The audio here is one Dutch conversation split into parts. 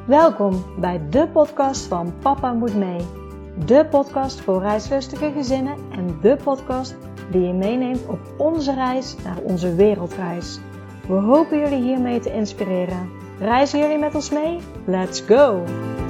Welkom bij de podcast van Papa Moet Mee. De podcast voor reislustige gezinnen en de podcast die je meeneemt op onze reis naar onze wereldreis. We hopen jullie hiermee te inspireren. Reizen jullie met ons mee? Let's go!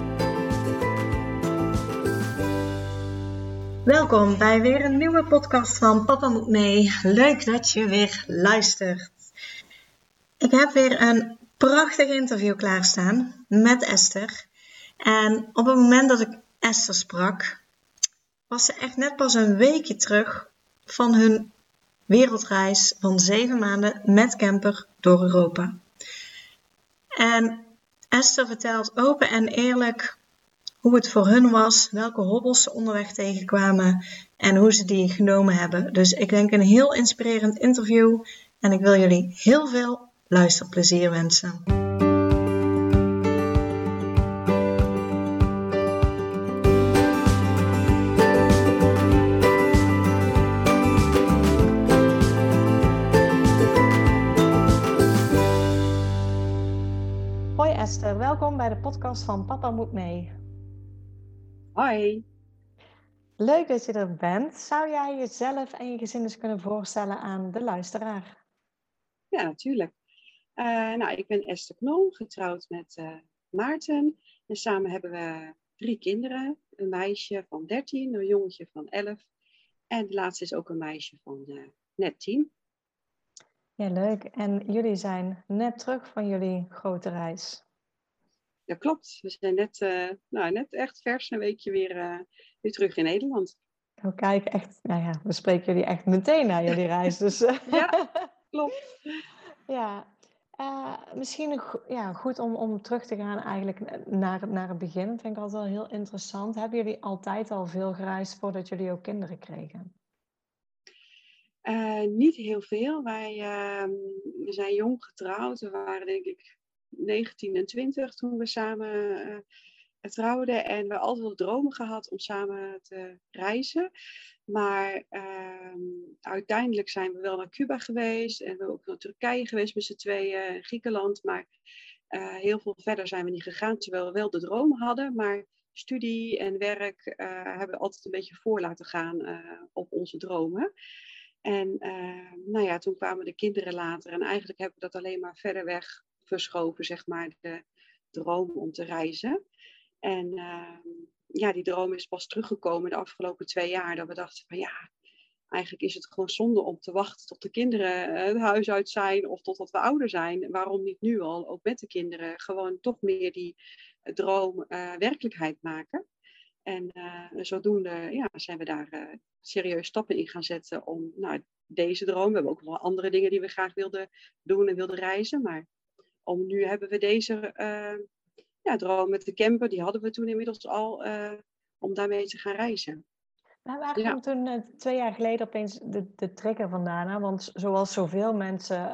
Welkom bij weer een nieuwe podcast van Papa Moet Mee. Leuk dat je weer luistert. Ik heb weer een prachtig interview klaarstaan met Esther. En op het moment dat ik Esther sprak, was ze echt net pas een weekje terug van hun wereldreis van 7 maanden met camper door Europa. En Esther vertelt open en eerlijk hoe het voor hun was, welke hobbels ze onderweg tegenkwamen en hoe ze die genomen hebben. Dus ik denk een heel inspirerend interview en ik wil jullie heel veel luisterplezier wensen. Hoi Esther, welkom bij de podcast van Papa Moet Mee. Hoi. Leuk dat je er bent. Zou jij jezelf en je gezin eens kunnen voorstellen aan de luisteraar? Ja, natuurlijk. Ik ben Esther Knol, getrouwd met Maarten. En samen hebben we 3 kinderen. Een meisje van 13, een jongetje van 11. En de laatste is ook een meisje van net 10. Ja, leuk. En jullie zijn net terug van jullie grote reis. Ja, klopt. We zijn net echt vers een weekje weer terug in Nederland. Oh, kijk, echt, we spreken jullie echt meteen na jullie reis. Dus, Ja, klopt. Ja, misschien goed om terug te gaan eigenlijk naar het begin. Dat vind ik altijd wel heel interessant. Hebben jullie altijd al veel gereisd voordat jullie ook kinderen kregen? Niet heel veel. We zijn jong getrouwd. We waren denk ik 19 en 20 toen we samen trouwden. En we hebben altijd wel dromen gehad om samen te reizen. Maar uiteindelijk zijn we wel naar Cuba geweest. En we zijn ook naar Turkije geweest met z'n tweeën. Griekenland. Maar heel veel verder zijn we niet gegaan. Terwijl we wel de dromen hadden. Maar studie en werk hebben we altijd een beetje voor laten gaan op onze dromen. En toen kwamen de kinderen later. En eigenlijk hebben we dat alleen maar verder weg verschoven, zeg maar, de droom om te reizen. En die droom is pas teruggekomen de afgelopen 2 jaar. Dat we dachten van eigenlijk is het gewoon zonde om te wachten tot de kinderen het huis uit zijn. Of totdat we ouder zijn. Waarom niet nu al, ook met de kinderen, gewoon toch meer die droom werkelijkheid maken. En zodoende zijn we daar serieus stappen in gaan zetten om deze droom. We hebben ook wel andere dingen die we graag wilden doen en wilden reizen. Maar nu hebben we deze droom met de camper, die hadden we toen inmiddels al, om daarmee te gaan reizen. Waar kwam toen 2 jaar geleden opeens de trigger vandaan? Hè? Want zoals zoveel mensen,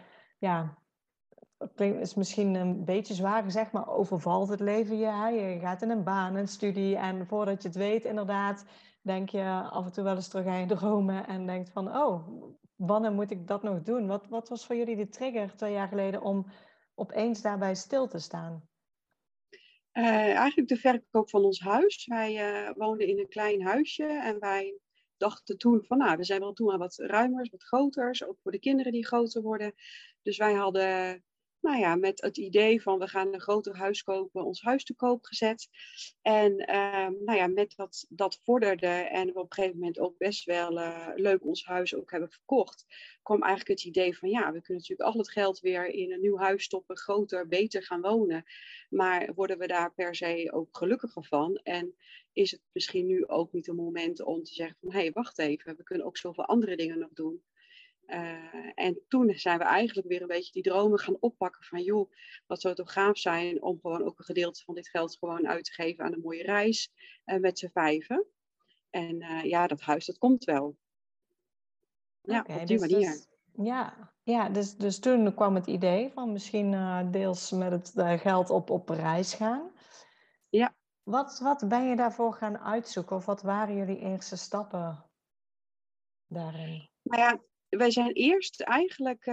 het is misschien een beetje zwaar gezegd, maar overvalt het leven je. Hè? Je gaat in een baan, een studie en voordat je het weet inderdaad, denk je af en toe wel eens terug aan je dromen en denkt van, oh, wanneer moet ik dat nog doen? Wat was voor jullie de trigger 2 jaar geleden om opeens daarbij stil te staan? Eigenlijk de verkoop van ons huis. Wij woonden in een klein huisje en wij dachten toen van, we zijn wel toen al wat ruimers, wat groters, ook voor de kinderen die groter worden. Dus wij hadden, met het idee van we gaan een groter huis kopen, ons huis te koop gezet. En met dat vorderde en we op een gegeven moment ook best wel leuk ons huis ook hebben verkocht, kwam eigenlijk het idee van we kunnen natuurlijk al het geld weer in een nieuw huis stoppen, groter, beter gaan wonen. Maar worden we daar per se ook gelukkiger van? En is het misschien nu ook niet een moment om te zeggen van wacht even, we kunnen ook zoveel andere dingen nog doen. En toen zijn we eigenlijk weer een beetje die dromen gaan oppakken van wat zou het toch gaaf zijn om gewoon ook een gedeelte van dit geld gewoon uit te geven aan een mooie reis met z'n 5. En dat huis, dat komt wel. Ja, Okay, op die manier. Dus toen kwam het idee van misschien deels met het geld op reis gaan. Ja. Wat ben je daarvoor gaan uitzoeken? Of wat waren jullie eerste stappen daarin? wij zijn eerst eigenlijk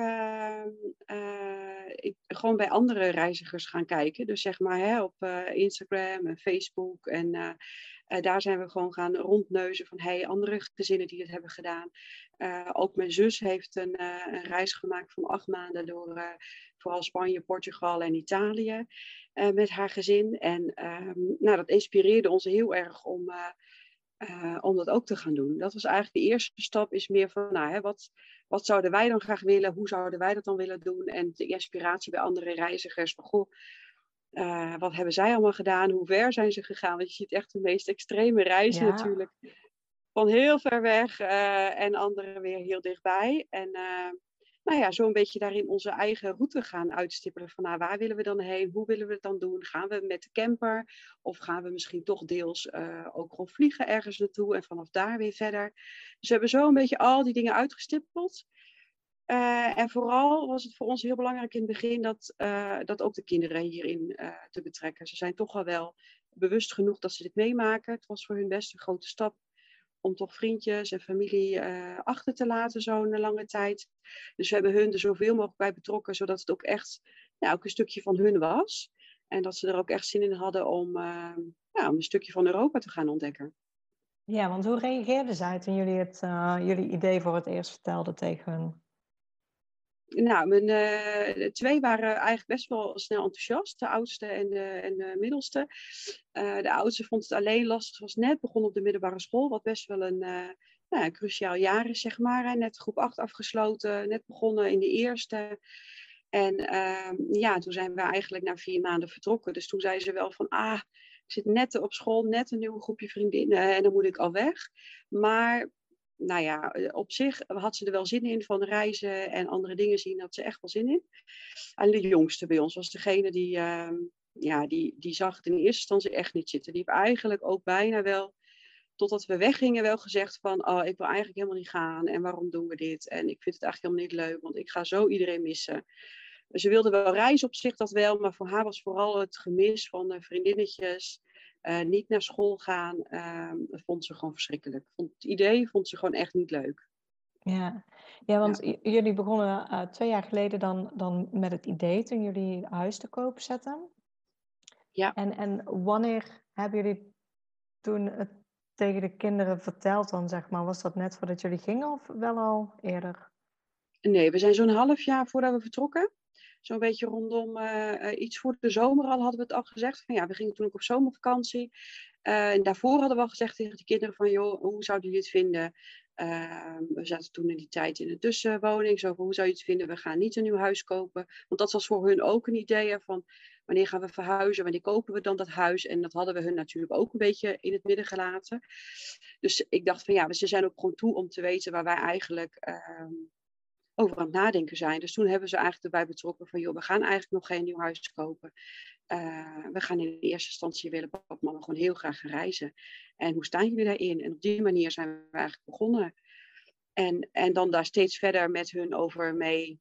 gewoon bij andere reizigers gaan kijken. Dus zeg maar op Instagram en Facebook. En daar zijn we gewoon gaan rondneuzen van andere gezinnen die het hebben gedaan. Ook mijn zus heeft een reis gemaakt van 8 maanden door vooral Spanje, Portugal en Italië met haar gezin. En dat inspireerde ons heel erg om dat ook te gaan doen. Dat was eigenlijk de eerste stap, is meer van, wat zouden wij dan graag willen? Hoe zouden wij dat dan willen doen? En de inspiratie bij andere reizigers van, goh, wat hebben zij allemaal gedaan? Hoe ver zijn ze gegaan? Want je ziet echt de meest extreme reizen natuurlijk. Van heel ver weg en anderen weer heel dichtbij. En zo een beetje daarin onze eigen route gaan uitstippelen. Van waar willen we dan heen? Hoe willen we het dan doen? Gaan we met de camper? Of gaan we misschien toch deels ook gewoon vliegen ergens naartoe en vanaf daar weer verder? Dus we hebben zo een beetje al die dingen uitgestippeld. En vooral was het voor ons heel belangrijk in het begin dat ook de kinderen hierin te betrekken. Ze zijn toch al wel bewust genoeg dat ze dit meemaken. Het was voor hun best een grote stap om toch vriendjes en familie achter te laten zo'n lange tijd. Dus we hebben hun er zoveel mogelijk bij betrokken, zodat het ook echt ook een stukje van hun was. En dat ze er ook echt zin in hadden om een stukje van Europa te gaan ontdekken. Ja, want hoe reageerden zij toen jullie idee voor het eerst vertelden tegen hun? Nou, mijn 2 waren eigenlijk best wel snel enthousiast. De oudste en de middelste. De oudste vond het alleen lastig. Ze was net begonnen op de middelbare school. Wat best wel een cruciaal jaar is, zeg maar. Net groep 8 afgesloten. Net begonnen in de eerste. En toen zijn we eigenlijk na 4 maanden vertrokken. Dus toen zei ze wel van, ik zit net op school, net een nieuwe groepje vriendinnen. En dan moet ik al weg. Maar op zich had ze er wel zin in, van reizen en andere dingen zien, had ze echt wel zin in. En de jongste bij ons was degene die zag het in eerste instantie echt niet zitten. Die heeft eigenlijk ook bijna wel, totdat we weggingen, wel gezegd van, ik wil eigenlijk helemaal niet gaan en waarom doen we dit? En ik vind het eigenlijk helemaal niet leuk, want ik ga zo iedereen missen. Ze wilde wel reizen op zich, dat wel, maar voor haar was vooral het gemis van de vriendinnetjes. Niet naar school gaan, dat vond ze gewoon verschrikkelijk. Het idee vond ze gewoon echt niet leuk. Ja, want jullie begonnen 2 jaar geleden dan met het idee toen jullie huis te koop zetten. Ja. En wanneer hebben jullie toen het tegen de kinderen verteld dan, zeg maar? Was dat net voordat jullie gingen of wel al eerder? Nee, we zijn zo'n half jaar voordat we vertrokken. Zo'n beetje rondom iets voor de zomer al hadden we het al gezegd. Van, we gingen toen ook op zomervakantie. En daarvoor hadden we al gezegd tegen de kinderen van, joh, hoe zouden jullie het vinden? We zaten toen in die tijd in een tussenwoning. Zo van, hoe zou je het vinden? We gaan niet een nieuw huis kopen. Want dat was voor hun ook een idee van, wanneer gaan we verhuizen? Wanneer kopen we dan dat huis? En dat hadden we hun natuurlijk ook een beetje in het midden gelaten. Dus ik dacht van, ze zijn ook gewoon toe om te weten waar wij eigenlijk over aan het nadenken zijn. Dus toen hebben ze eigenlijk erbij betrokken van, joh, we gaan eigenlijk nog geen nieuw huis kopen. We gaan in de eerste instantie willen papa en mama gewoon heel graag gaan reizen. En hoe staan jullie daarin? En op die manier zijn we eigenlijk begonnen. En dan daar steeds verder met hun over mee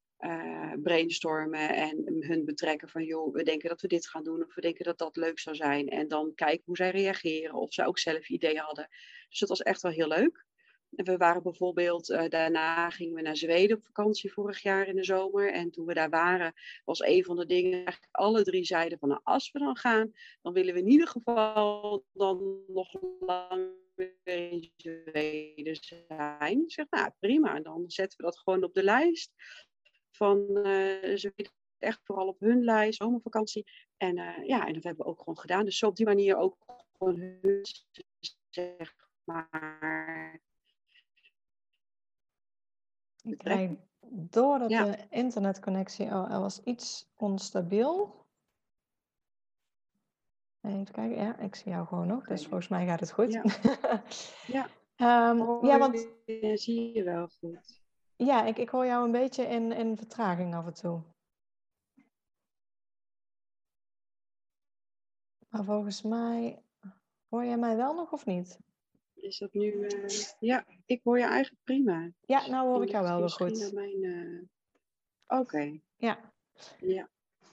brainstormen en hun betrekken van, joh, we denken dat we dit gaan doen of we denken dat dat leuk zou zijn. En dan kijken hoe zij reageren, of zij ook zelf ideeën hadden. Dus dat was echt wel heel leuk. We waren bijvoorbeeld, daarna gingen we naar Zweden op vakantie vorig jaar in de zomer. En toen we daar waren, was een van de dingen, eigenlijk alle 3 zeiden van, als we dan gaan, dan willen we in ieder geval dan nog lang in Zweden zijn. Ik zeg, prima, dan zetten we dat gewoon op de lijst. Van Zweden echt vooral op hun lijst, zomervakantie. En dat hebben we ook gewoon gedaan. Dus zo op die manier ook gewoon hun, zeg maar. Ik krijg doordat de internetconnectie er was iets onstabiel. Even kijken, ja, ik zie jou gewoon nog, dus volgens mij gaat het goed. Want zie je wel goed. Ja, ik hoor jou een beetje in vertraging af en toe. Maar volgens mij hoor jij mij wel nog of niet? Is dat nu... ik hoor je eigenlijk prima. Ja, nou hoor ik jou wel weer goed. Misschien aan mijn... Oké. Ja. Ja.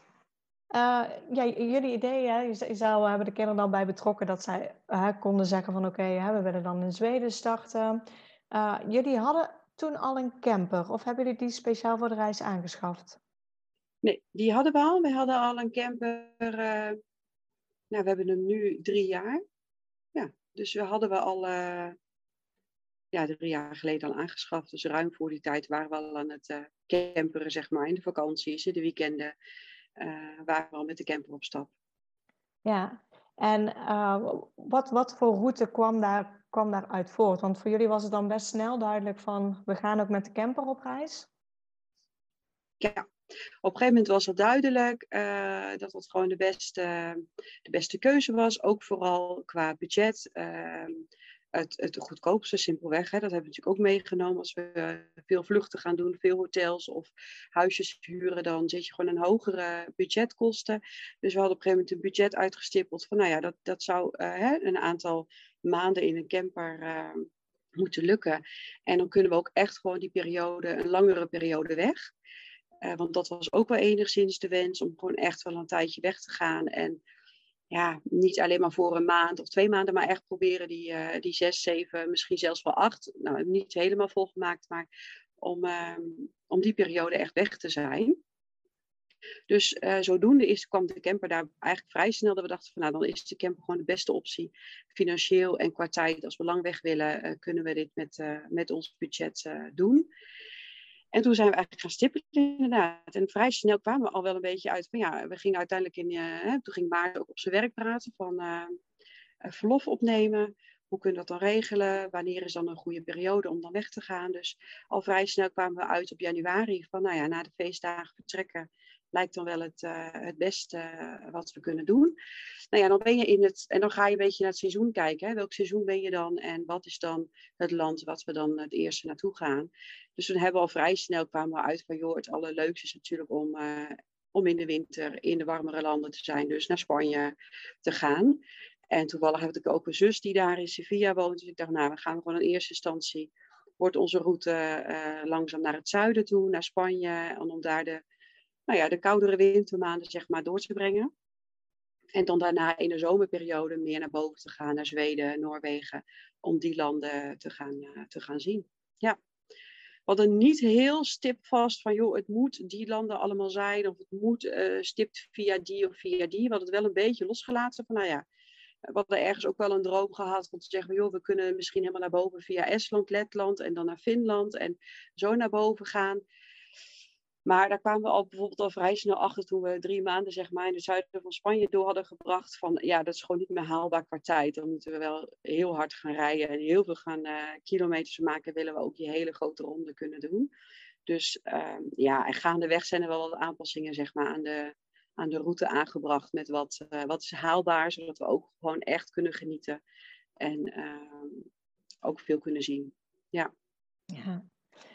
Jullie idee, hè? Je zou hebben de kinderen dan bij betrokken dat zij konden zeggen van oké, we willen dan in Zweden starten. Jullie hadden toen al een camper of hebben jullie die speciaal voor de reis aangeschaft? Nee, die hadden we al. We hadden al een camper. Nou, we hebben hem nu 3 jaar. Ja, dus we hadden we al 3 jaar geleden al aangeschaft. Dus ruim voor die tijd waren we al aan het camperen, zeg maar. In de vakanties, in de weekenden waren we al met de camper op stap. Ja, en wat voor route kwam daar uit voort? Want voor jullie was het dan best snel duidelijk van, we gaan ook met de camper op reis? Ja, op een gegeven moment was het duidelijk dat dat gewoon de beste keuze was. Ook vooral qua budget. Het goedkoopste, simpelweg. Hè. Dat hebben we natuurlijk ook meegenomen. Als we veel vluchten gaan doen, veel hotels of huisjes huren, dan zit je gewoon aan hogere budgetkosten. Dus we hadden op een gegeven moment een budget uitgestippeld van, nou ja, dat zou een aantal maanden in een camper moeten lukken. En dan kunnen we ook echt gewoon die periode, een langere periode weg. Want dat was ook wel enigszins de wens om gewoon echt wel een tijdje weg te gaan. En ja, niet alleen maar voor een maand of 2 maanden, maar echt proberen die 6, 7, misschien zelfs wel 8. Nou, niet helemaal volgemaakt, maar om die periode echt weg te zijn. Dus zodoende kwam de camper daar eigenlijk vrij snel dat we dachten van nou, dan is de camper gewoon de beste optie. Financieel en qua tijd, als we lang weg willen, kunnen we dit met ons budget doen. En toen zijn we eigenlijk gaan stippelen inderdaad. En vrij snel kwamen we al wel een beetje uit van ja, we gingen uiteindelijk toen ging Maarten ook op zijn werk praten van verlof opnemen. Hoe kunnen we dat dan regelen? Wanneer is dan een goede periode om dan weg te gaan? Dus al vrij snel kwamen we uit op januari van nou ja, na de feestdagen vertrekken lijkt dan wel het beste wat we kunnen doen. Nou ja, dan ben je en dan ga je een beetje naar het seizoen kijken. Hè? Welk seizoen ben je dan en wat is dan het land wat we dan het eerste naartoe gaan? Dus toen hebben we al vrij snel kwamen we uit van joh, het allerleukste is natuurlijk om in de winter in de warmere landen te zijn. Dus naar Spanje te gaan. En toevallig heb ik ook een zus die daar in Sevilla woont. Dus ik dacht, nou, we gaan gewoon in eerste instantie. Wordt onze route langzaam naar het zuiden toe, naar Spanje. En om daar de koudere wintermaanden zeg maar door te brengen. En dan daarna in de zomerperiode meer naar boven te gaan, naar Zweden, Noorwegen. Om die landen te gaan zien. Ja. We hadden niet heel stipvast van, joh, het moet die landen allemaal zijn. Of het moet stipt via die of via die. We hadden het wel een beetje losgelaten van, nou ja. We hadden ergens ook wel een droom gehad om te zeggen, joh, we kunnen misschien helemaal naar boven via Estland, Letland en dan naar Finland. En zo naar boven gaan. Maar daar kwamen we al bijvoorbeeld al vrij snel achter toen we 3 maanden zeg maar in het zuiden van Spanje door hadden gebracht. Van ja, dat is gewoon niet meer haalbaar qua tijd. Dan moeten we wel heel hard gaan rijden en heel veel gaan kilometers maken. Willen we ook die hele grote ronde kunnen doen. Dus en gaandeweg zijn er wel wat aanpassingen zeg maar aan de route aangebracht. Met wat is haalbaar, zodat we ook gewoon echt kunnen genieten. En ook veel kunnen zien. Ja. Ja.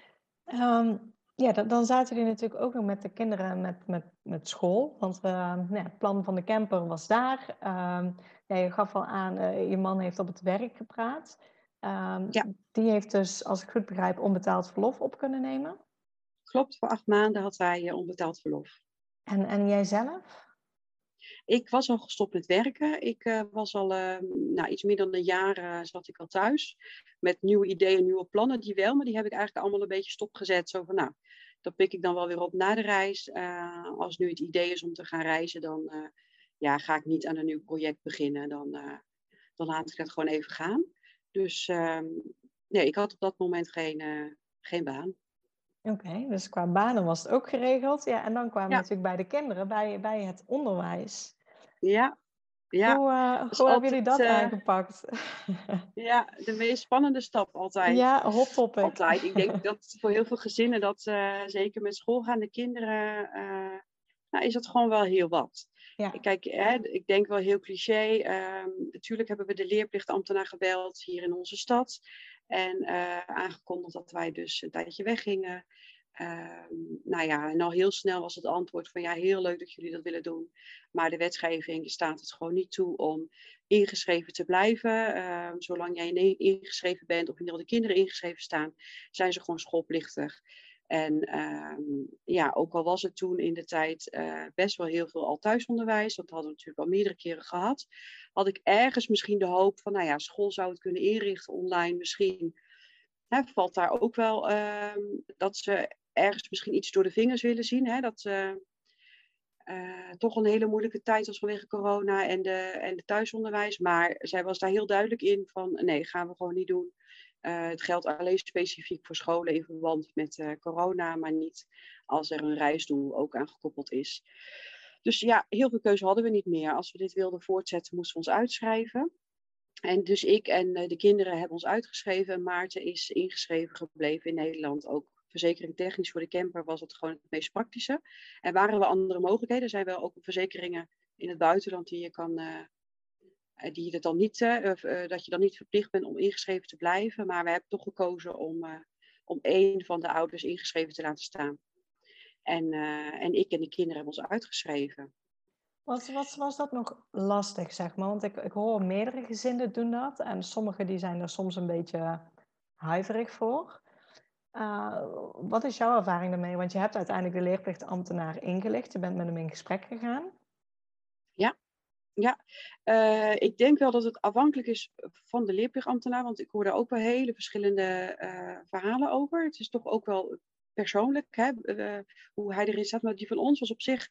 Dan zaten jullie natuurlijk ook nog met de kinderen met school. Want het plan van de camper was daar. Je gaf al aan, je man heeft op het werk gepraat. Die heeft dus, als ik goed begrijp, onbetaald verlof op kunnen nemen. Klopt, voor 8 maanden had hij onbetaald verlof. En jij zelf? Ik was al gestopt met werken. Ik was al iets meer dan een jaar zat ik al thuis. Met nieuwe ideeën, nieuwe plannen, die wel. Maar die heb ik eigenlijk allemaal een beetje stopgezet. Zo van, nou, dat pik ik dan wel weer op na de reis. Als nu het idee is om te gaan reizen, dan ga ik niet aan een nieuw project beginnen. Dan laat ik dat gewoon even gaan. Dus nee, ik had op dat moment geen baan. Oké, dus qua banen was het ook geregeld. Ja, en dan kwamen Ja. natuurlijk bij de kinderen, bij het onderwijs. Ja. Hoe hebben jullie dat aangepakt? Ja, de meest spannende stap altijd. Ja, hot topic. Altijd. Ik denk dat voor heel veel gezinnen, dat zeker met schoolgaande kinderen, is dat gewoon wel heel wat. Ja. Kijk, ik denk wel heel cliché. Natuurlijk hebben we de leerplichtambtenaar gebeld hier in onze stad. En aangekondigd dat wij dus een tijdje weggingen. En al heel snel was het antwoord van ja, heel leuk dat jullie dat willen doen. Maar de wetgeving staat het gewoon niet toe om ingeschreven te blijven. Zolang jij ingeschreven bent, of in ieder geval de kinderen ingeschreven staan, zijn ze gewoon schoolplichtig. En ook al was het toen in de tijd best wel heel veel al thuisonderwijs, dat hadden we natuurlijk al meerdere keren gehad, had ik ergens misschien de hoop van, nou ja, school zou het kunnen inrichten online misschien. valt daar ook wel dat ze ergens misschien iets door de vingers willen zien. Hè? Dat toch een hele moeilijke tijd was vanwege corona en de thuisonderwijs. Maar zij was daar heel duidelijk in van nee, gaan we gewoon niet doen. Het geldt alleen specifiek voor scholen in verband met corona, maar niet als er een reisdoel ook aan gekoppeld is. Dus ja, heel veel keuze hadden we niet meer. Als we dit wilden voortzetten, moesten we ons uitschrijven. En dus ik en de kinderen hebben ons uitgeschreven. En Maarten is ingeschreven gebleven in Nederland. Ook verzekering technisch voor de camper was het gewoon het meest praktische. En waren er andere mogelijkheden. Er zijn wel ook verzekeringen in het buitenland die je kan... die je het dan niet, dat je dan niet verplicht bent om ingeschreven te blijven. Maar we hebben toch gekozen om één van de ouders ingeschreven te laten staan. En ik en de kinderen hebben ons uitgeschreven. Was dat nog lastig, zeg maar? Want ik hoor meerdere gezinnen doen dat. En sommigen die zijn er soms een beetje huiverig voor. Wat is jouw ervaring daarmee? Want je hebt uiteindelijk de leerplichtambtenaar ingelicht. Je bent met hem in gesprek gegaan. Ja, ik denk wel dat het afhankelijk is van de leerplichtambtenaar. Want ik hoor daar ook wel hele verschillende verhalen over. Het is toch ook wel persoonlijk, hè, hoe hij erin staat. Maar die van ons was op zich...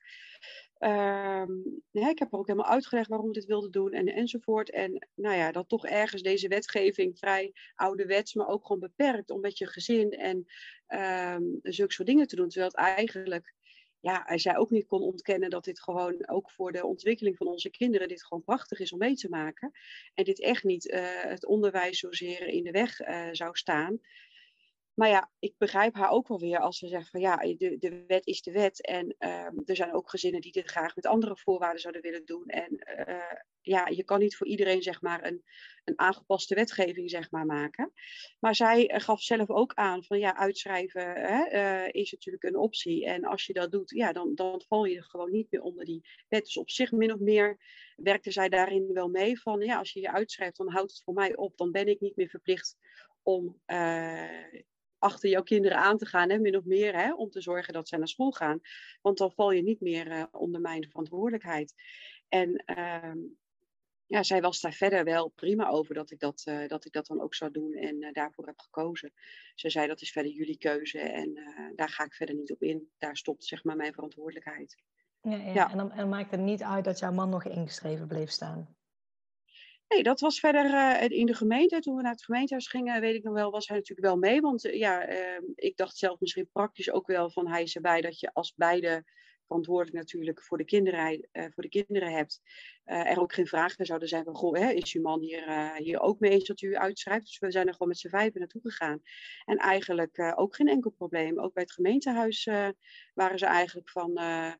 ik heb er ook helemaal uitgelegd waarom we dit wilden doen enzovoort. En nou ja, dat toch ergens deze wetgeving vrij ouderwets, maar ook gewoon beperkt om met je gezin en zulke soort dingen te doen. Terwijl het eigenlijk, ja, hij zei ook niet kon ontkennen dat dit gewoon ook voor de ontwikkeling van onze kinderen dit gewoon prachtig is om mee te maken. En dit echt niet het onderwijs zozeer in de weg zou staan. Maar ja, ik begrijp haar ook wel weer als ze zegt van ja, de wet is de wet. En er zijn ook gezinnen die dit graag met andere voorwaarden zouden willen doen. En ja, je kan niet voor iedereen zeg maar een aangepaste wetgeving zeg maar maken. Maar zij gaf zelf ook aan van ja, uitschrijven is natuurlijk een optie. En als je dat doet, ja, dan val je gewoon niet meer onder die wet. Dus op zich min of meer werkte zij daarin wel mee van ja, als je je uitschrijft, dan houdt het voor mij op. Dan ben ik niet meer verplicht om achter jouw kinderen aan te gaan, hè, min of meer, hè, om te zorgen dat zij naar school gaan. Want dan val je niet meer onder mijn verantwoordelijkheid. En ja, zij was daar verder wel prima over dat ik dat dan ook zou doen en daarvoor heb gekozen. Ze zei dat is verder jullie keuze en daar ga ik verder niet op in. Daar stopt zeg maar mijn verantwoordelijkheid. Ja. En dan maakt het niet uit dat jouw man nog ingeschreven bleef staan. Nee, dat was verder in de gemeente. Toen we naar het gemeentehuis gingen, weet ik nog wel, was hij natuurlijk wel mee. Want ik dacht zelf misschien praktisch ook wel van hij is erbij dat je als beide verantwoordelijk natuurlijk voor de kinderen hebt. Er ook geen vragen zouden zijn van, goh, is uw man hier ook mee eens dat u uitschrijft? Dus we zijn er gewoon met z'n vijven naartoe gegaan. En eigenlijk ook geen enkel probleem. Ook bij het gemeentehuis waren ze eigenlijk van...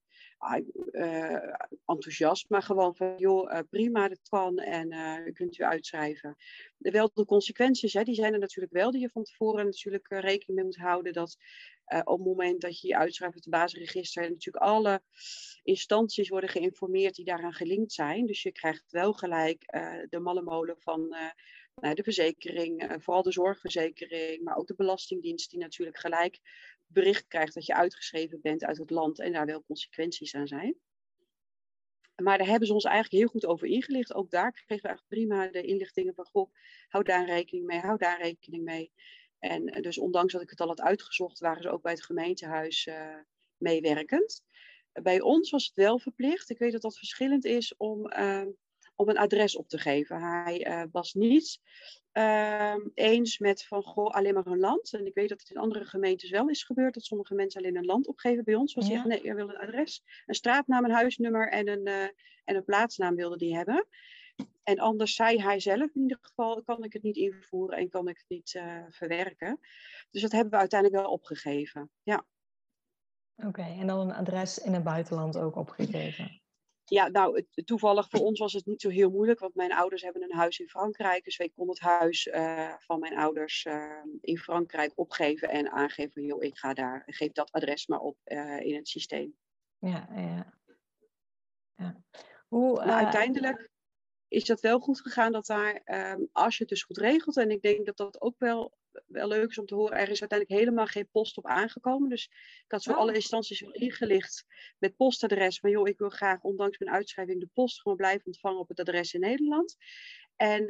enthousiast, maar gewoon van joh, prima, dat kan en u kunt u uitschrijven. Wel de consequenties, die zijn er natuurlijk wel, die je van tevoren natuurlijk rekening mee moet houden, dat op het moment dat je je uitschrijft op het basisregister, natuurlijk alle instanties worden geïnformeerd die daaraan gelinkt zijn. Dus je krijgt wel gelijk de malle molen van de verzekering, vooral de zorgverzekering, maar ook de Belastingdienst die natuurlijk gelijk bericht krijgt dat je uitgeschreven bent uit het land en daar wel consequenties aan zijn. Maar daar hebben ze ons eigenlijk heel goed over ingelicht. Ook daar kregen we echt prima de inlichtingen van, goh, hou daar rekening mee, hou daar rekening mee. En dus ondanks dat ik het al had uitgezocht, waren ze ook bij het gemeentehuis meewerkend. Bij ons was het wel verplicht. Ik weet dat dat verschillend is om een adres op te geven. Hij was niet eens met van goh, alleen maar een land. En ik weet dat het in andere gemeentes wel is gebeurd dat sommige mensen alleen een land opgeven. Bij ons was hij echt, nee, je wil een adres, een straatnaam, een huisnummer en een plaatsnaam wilde die hebben. En anders zei hij zelf in ieder geval, kan ik het niet invoeren en kan ik het niet verwerken. Dus dat hebben we uiteindelijk wel opgegeven, ja. Oké, en dan een adres in het buitenland ook opgegeven? Ja, nou, toevallig voor ons was het niet zo heel moeilijk, want mijn ouders hebben een huis in Frankrijk. Dus ik kon het huis van mijn ouders in Frankrijk opgeven en aangeven van, joh, ik ga daar, geef dat adres maar op in het systeem. Ja. Maar uiteindelijk is dat wel goed gegaan dat daar, als je het dus goed regelt, en ik denk dat dat ook wel leuk is om te horen, er is uiteindelijk helemaal geen post op aangekomen. Dus ik had zo alle instanties wel ingelicht met postadres van joh, ik wil graag ondanks mijn uitschrijving de post gewoon blijven ontvangen op het adres in Nederland. En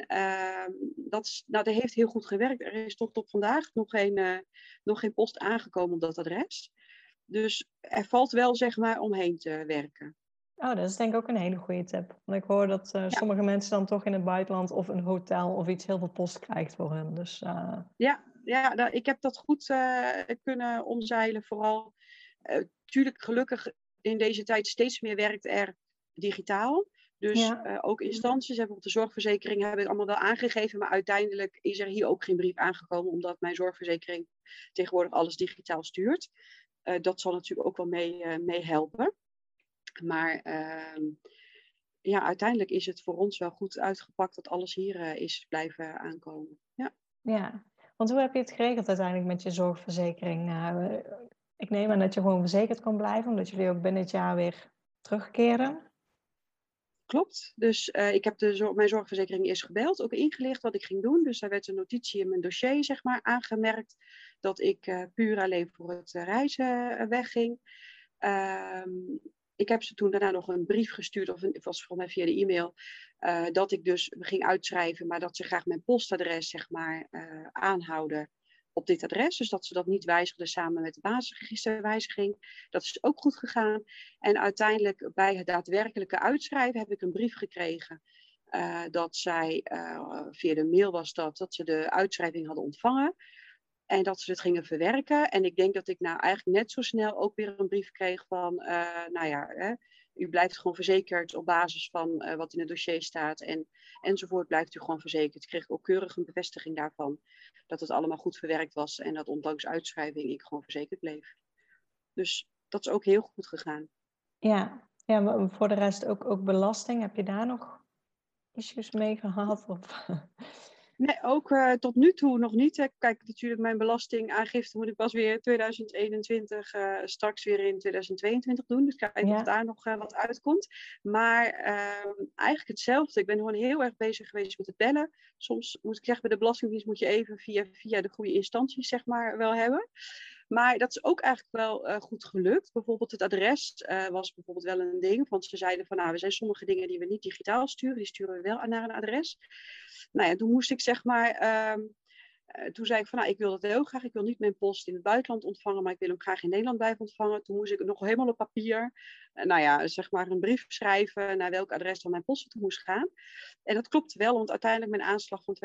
dat heeft heel goed gewerkt. Er is tot op vandaag nog geen post aangekomen op dat adres. Dus er valt wel, zeg maar, omheen te werken. Oh, dat is denk ik ook een hele goede tip. Want ik hoor dat sommige mensen dan toch in het buitenland of een hotel of iets heel veel post krijgt voor hun. Dus, Ja, ik heb dat goed kunnen omzeilen. Vooral, natuurlijk gelukkig in deze tijd steeds meer werkt er digitaal. Dus ook instanties, bijvoorbeeld de zorgverzekering, heb ik allemaal wel aangegeven. Maar uiteindelijk is er hier ook geen brief aangekomen, omdat mijn zorgverzekering tegenwoordig alles digitaal stuurt. Dat zal natuurlijk ook wel mee helpen. Maar uiteindelijk is het voor ons wel goed uitgepakt dat alles hier is blijven aankomen. Ja, want hoe heb je het geregeld uiteindelijk met je zorgverzekering? Ik neem aan dat je gewoon verzekerd kon blijven, omdat jullie ook binnen het jaar weer terugkeren. Klopt. Dus ik heb mijn zorgverzekering eerst gebeld, ook ingelicht wat ik ging doen. Dus daar werd een notitie in mijn dossier, zeg maar, aangemerkt dat ik puur alleen voor het reizen wegging. Ik heb ze toen daarna nog een brief gestuurd, of het was volgens mij via de e-mail, dat ik dus ging uitschrijven, maar dat ze graag mijn postadres, zeg maar, aanhouden op dit adres. Dus dat ze dat niet wijzigden samen met de basisregisterwijziging. Dat is ook goed gegaan. En uiteindelijk bij het daadwerkelijke uitschrijven heb ik een brief gekregen dat zij, via de mail was dat ze de uitschrijving hadden ontvangen. En dat ze het gingen verwerken. En ik denk dat ik nou eigenlijk net zo snel ook weer een brief kreeg van, u blijft gewoon verzekerd op basis van wat in het dossier staat enzovoort, blijft u gewoon verzekerd. Ik kreeg ook keurig een bevestiging daarvan dat het allemaal goed verwerkt was en dat ondanks uitschrijving ik gewoon verzekerd bleef. Dus dat is ook heel goed gegaan. Ja, maar voor de rest ook belasting. Heb je daar nog issues mee gehad? Of? Nee, ook tot nu toe nog niet. Kijk, natuurlijk mijn belastingaangifte moet ik pas weer 2021, straks weer in 2022 doen. Dus kijken of daar nog wat uitkomt. Maar eigenlijk hetzelfde. Ik ben gewoon heel erg bezig geweest met het bellen. Soms moet ik zeggen, bij de Belastingdienst moet je even via de goede instanties, zeg maar, wel hebben. Maar dat is ook eigenlijk wel goed gelukt. Bijvoorbeeld het adres was bijvoorbeeld wel een ding. Want ze zeiden van, nou, er zijn sommige dingen die we niet digitaal sturen. Die sturen we wel naar een adres. Nou ja, toen moest ik zeg maar... toen zei ik van, nou, ik wil dat heel graag. Ik wil niet mijn post in het buitenland ontvangen, maar ik wil hem graag in Nederland blijven ontvangen. Toen moest ik het nog helemaal op papier, zeg maar een brief schrijven naar welk adres dan mijn post toe moest gaan. En dat klopte wel, want uiteindelijk mijn aanslag van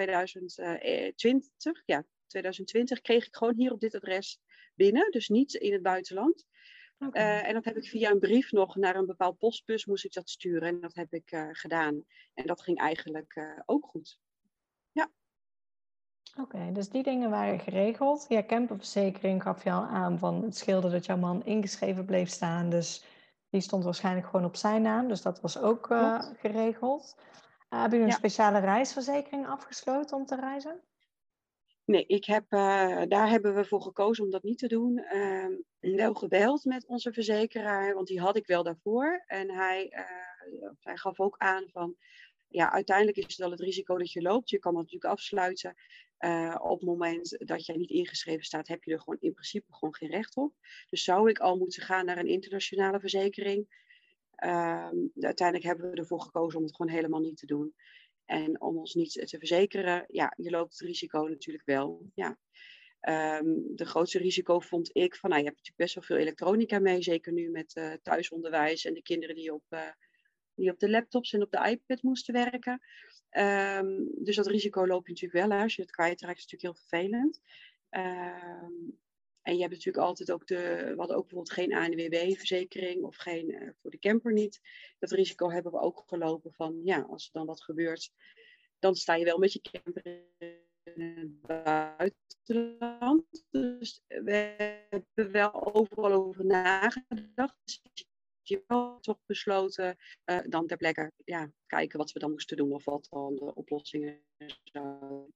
2020 kreeg ik gewoon hier op dit adres binnen, dus niet in het buitenland. Okay. En dat heb ik via een brief nog naar een bepaald postbus moest ik dat sturen en dat heb ik gedaan. En dat ging eigenlijk ook goed. Ja. Oké, dus die dingen waren geregeld. Ja, camperverzekering gaf je al aan van het scheelde dat jouw man ingeschreven bleef staan. Dus die stond waarschijnlijk gewoon op zijn naam. Dus dat was ook geregeld. Heb je een speciale reisverzekering afgesloten om te reizen? Nee, daar hebben we voor gekozen om dat niet te doen. Wel gebeld met onze verzekeraar, want die had ik wel daarvoor. En hij gaf ook aan van, ja, uiteindelijk is het wel het risico dat je loopt. Je kan dat natuurlijk afsluiten. Op het moment dat jij niet ingeschreven staat, heb je er gewoon in principe gewoon geen recht op. Dus zou ik al moeten gaan naar een internationale verzekering. Uiteindelijk hebben we ervoor gekozen om het gewoon helemaal niet te doen. En om ons niet te verzekeren, ja, je loopt het risico natuurlijk wel. Ja. De grootste risico vond ik van, je hebt natuurlijk best wel veel elektronica mee, zeker nu met thuisonderwijs en de kinderen die op de laptops en op de iPad moesten werken. Dus dat risico loop je natuurlijk wel. Als je het kwijtraakt, is het natuurlijk heel vervelend. En je hebt natuurlijk altijd ook we hadden ook bijvoorbeeld geen ANWB-verzekering of geen voor de camper niet. Dat risico hebben we ook gelopen van, ja, als er dan wat gebeurt, dan sta je wel met je camper in het buitenland. Dus we hebben wel overal over nagedacht. Dus je hebt toch besloten dan ter plekke kijken wat we dan moesten doen of wat dan de oplossingen zouden.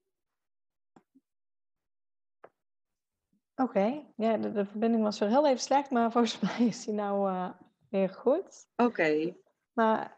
Oké, ja, de verbinding was weer heel even slecht, maar volgens mij is die nou weer goed. Oké. Maar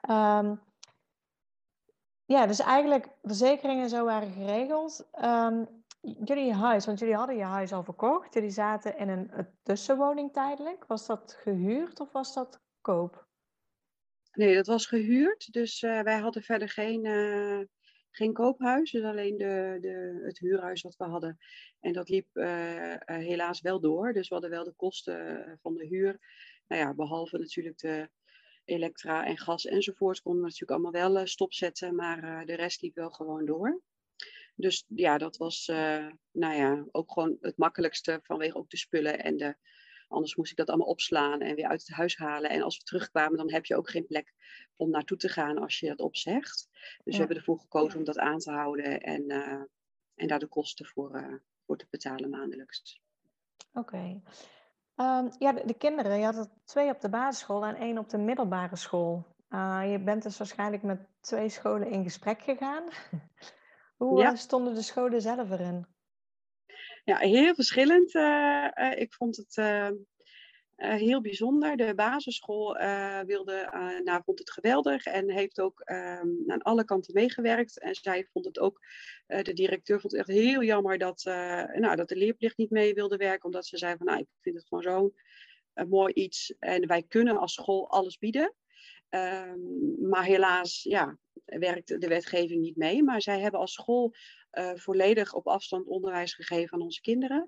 dus eigenlijk verzekeringen zo waren geregeld. Jullie huis, want jullie hadden je huis al verkocht. Jullie zaten in een tussenwoning tijdelijk. Was dat gehuurd of was dat koop? Nee, dat was gehuurd. Dus wij hadden verder geen koophuis, dus alleen het huurhuis wat we hadden. En dat liep helaas wel door. Dus we hadden wel de kosten van de huur. Nou ja, behalve natuurlijk de elektra en gas enzovoort konden we natuurlijk allemaal wel stopzetten. Maar de rest liep wel gewoon door. Dus ja, dat was nou ja, ook gewoon het makkelijkste vanwege ook de spullen en anders moest ik dat allemaal opslaan en weer uit het huis halen. En als we terugkwamen, dan heb je ook geen plek om naartoe te gaan als je dat opzegt. Dus we hebben ervoor gekozen om dat aan te houden en daar de kosten voor te betalen maandelijks. Oké. Ja, de kinderen, je had er 2 op de basisschool en 1 op de middelbare school. Je bent dus waarschijnlijk met 2 scholen in gesprek gegaan. Hoe stonden de scholen zelf erin? Ja, heel verschillend. Ik vond het heel bijzonder. De basisschool vond het geweldig en heeft ook aan alle kanten meegewerkt. En zij vond het ook, de directeur vond het echt heel jammer dat de leerplicht niet mee wilde werken. Omdat ze zei van, ik vind het gewoon zo'n mooi iets. En wij kunnen als school alles bieden. Maar helaas, werkt de wetgeving niet mee. Maar zij hebben als school volledig op afstand onderwijs gegeven aan onze kinderen.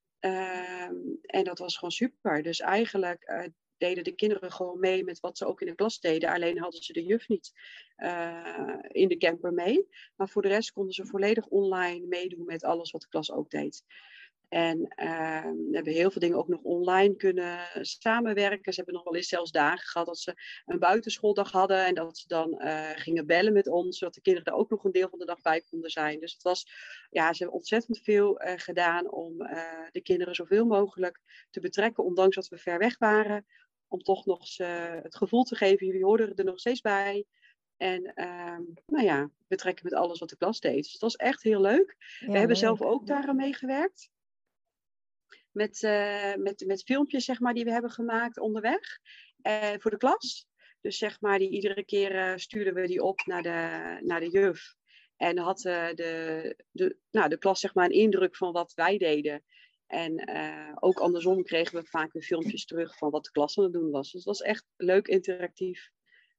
En dat was gewoon super. Dus eigenlijk deden de kinderen gewoon mee met wat ze ook in de klas deden. Alleen hadden ze de juf niet in de camper mee. Maar voor de rest konden ze volledig online meedoen met alles wat de klas ook deed. En we hebben heel veel dingen ook nog online kunnen samenwerken. Ze hebben nog wel eens zelfs dagen gehad dat ze een buitenschooldag hadden. En dat ze dan gingen bellen met ons. Zodat de kinderen er ook nog een deel van de dag bij konden zijn. Dus ze hebben ontzettend veel gedaan om de kinderen zoveel mogelijk te betrekken. Ondanks dat we ver weg waren. Om toch nog het gevoel te geven, jullie horen er nog steeds bij. En betrekken met alles wat de klas deed. Dus het was echt heel leuk. Ja, we hebben zelf ook daaraan meegewerkt. Met filmpjes, zeg maar, die we hebben gemaakt onderweg voor de klas. Dus zeg maar, iedere keer stuurden we die op naar de juf. En had de klas, zeg maar, een indruk van wat wij deden. En ook andersom kregen we vaak weer filmpjes terug van wat de klas aan het doen was. Dus het was echt leuk interactief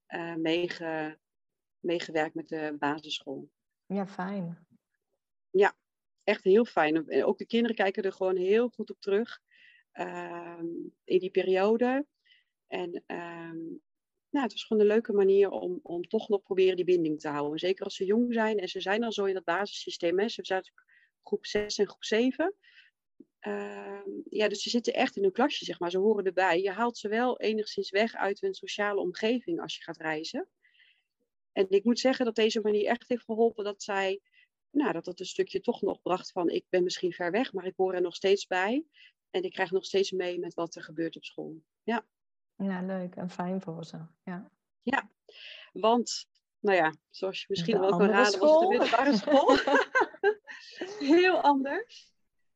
meegewerkt met de basisschool. Ja, fijn. Ja, echt heel fijn. En ook de kinderen kijken er gewoon heel goed op terug in die periode. En het was gewoon een leuke manier om toch nog proberen die binding te houden. Zeker als ze jong zijn en ze zijn al zo in dat basissysteem. Hè. Ze zijn groep 6 en groep 7. Dus ze zitten echt in hun klasje, zeg maar. Ze horen erbij. Je haalt ze wel enigszins weg uit hun sociale omgeving als je gaat reizen. En ik moet zeggen dat deze manier echt heeft geholpen dat zij... dat het een stukje toch nog bracht van ik ben misschien ver weg, maar ik hoor er nog steeds bij. En ik krijg nog steeds mee met wat er gebeurt op school. Ja, leuk en fijn voor ze. Ja, want, zoals je misschien De wel kan andere raden, was het de school. middelbare school. Heel anders.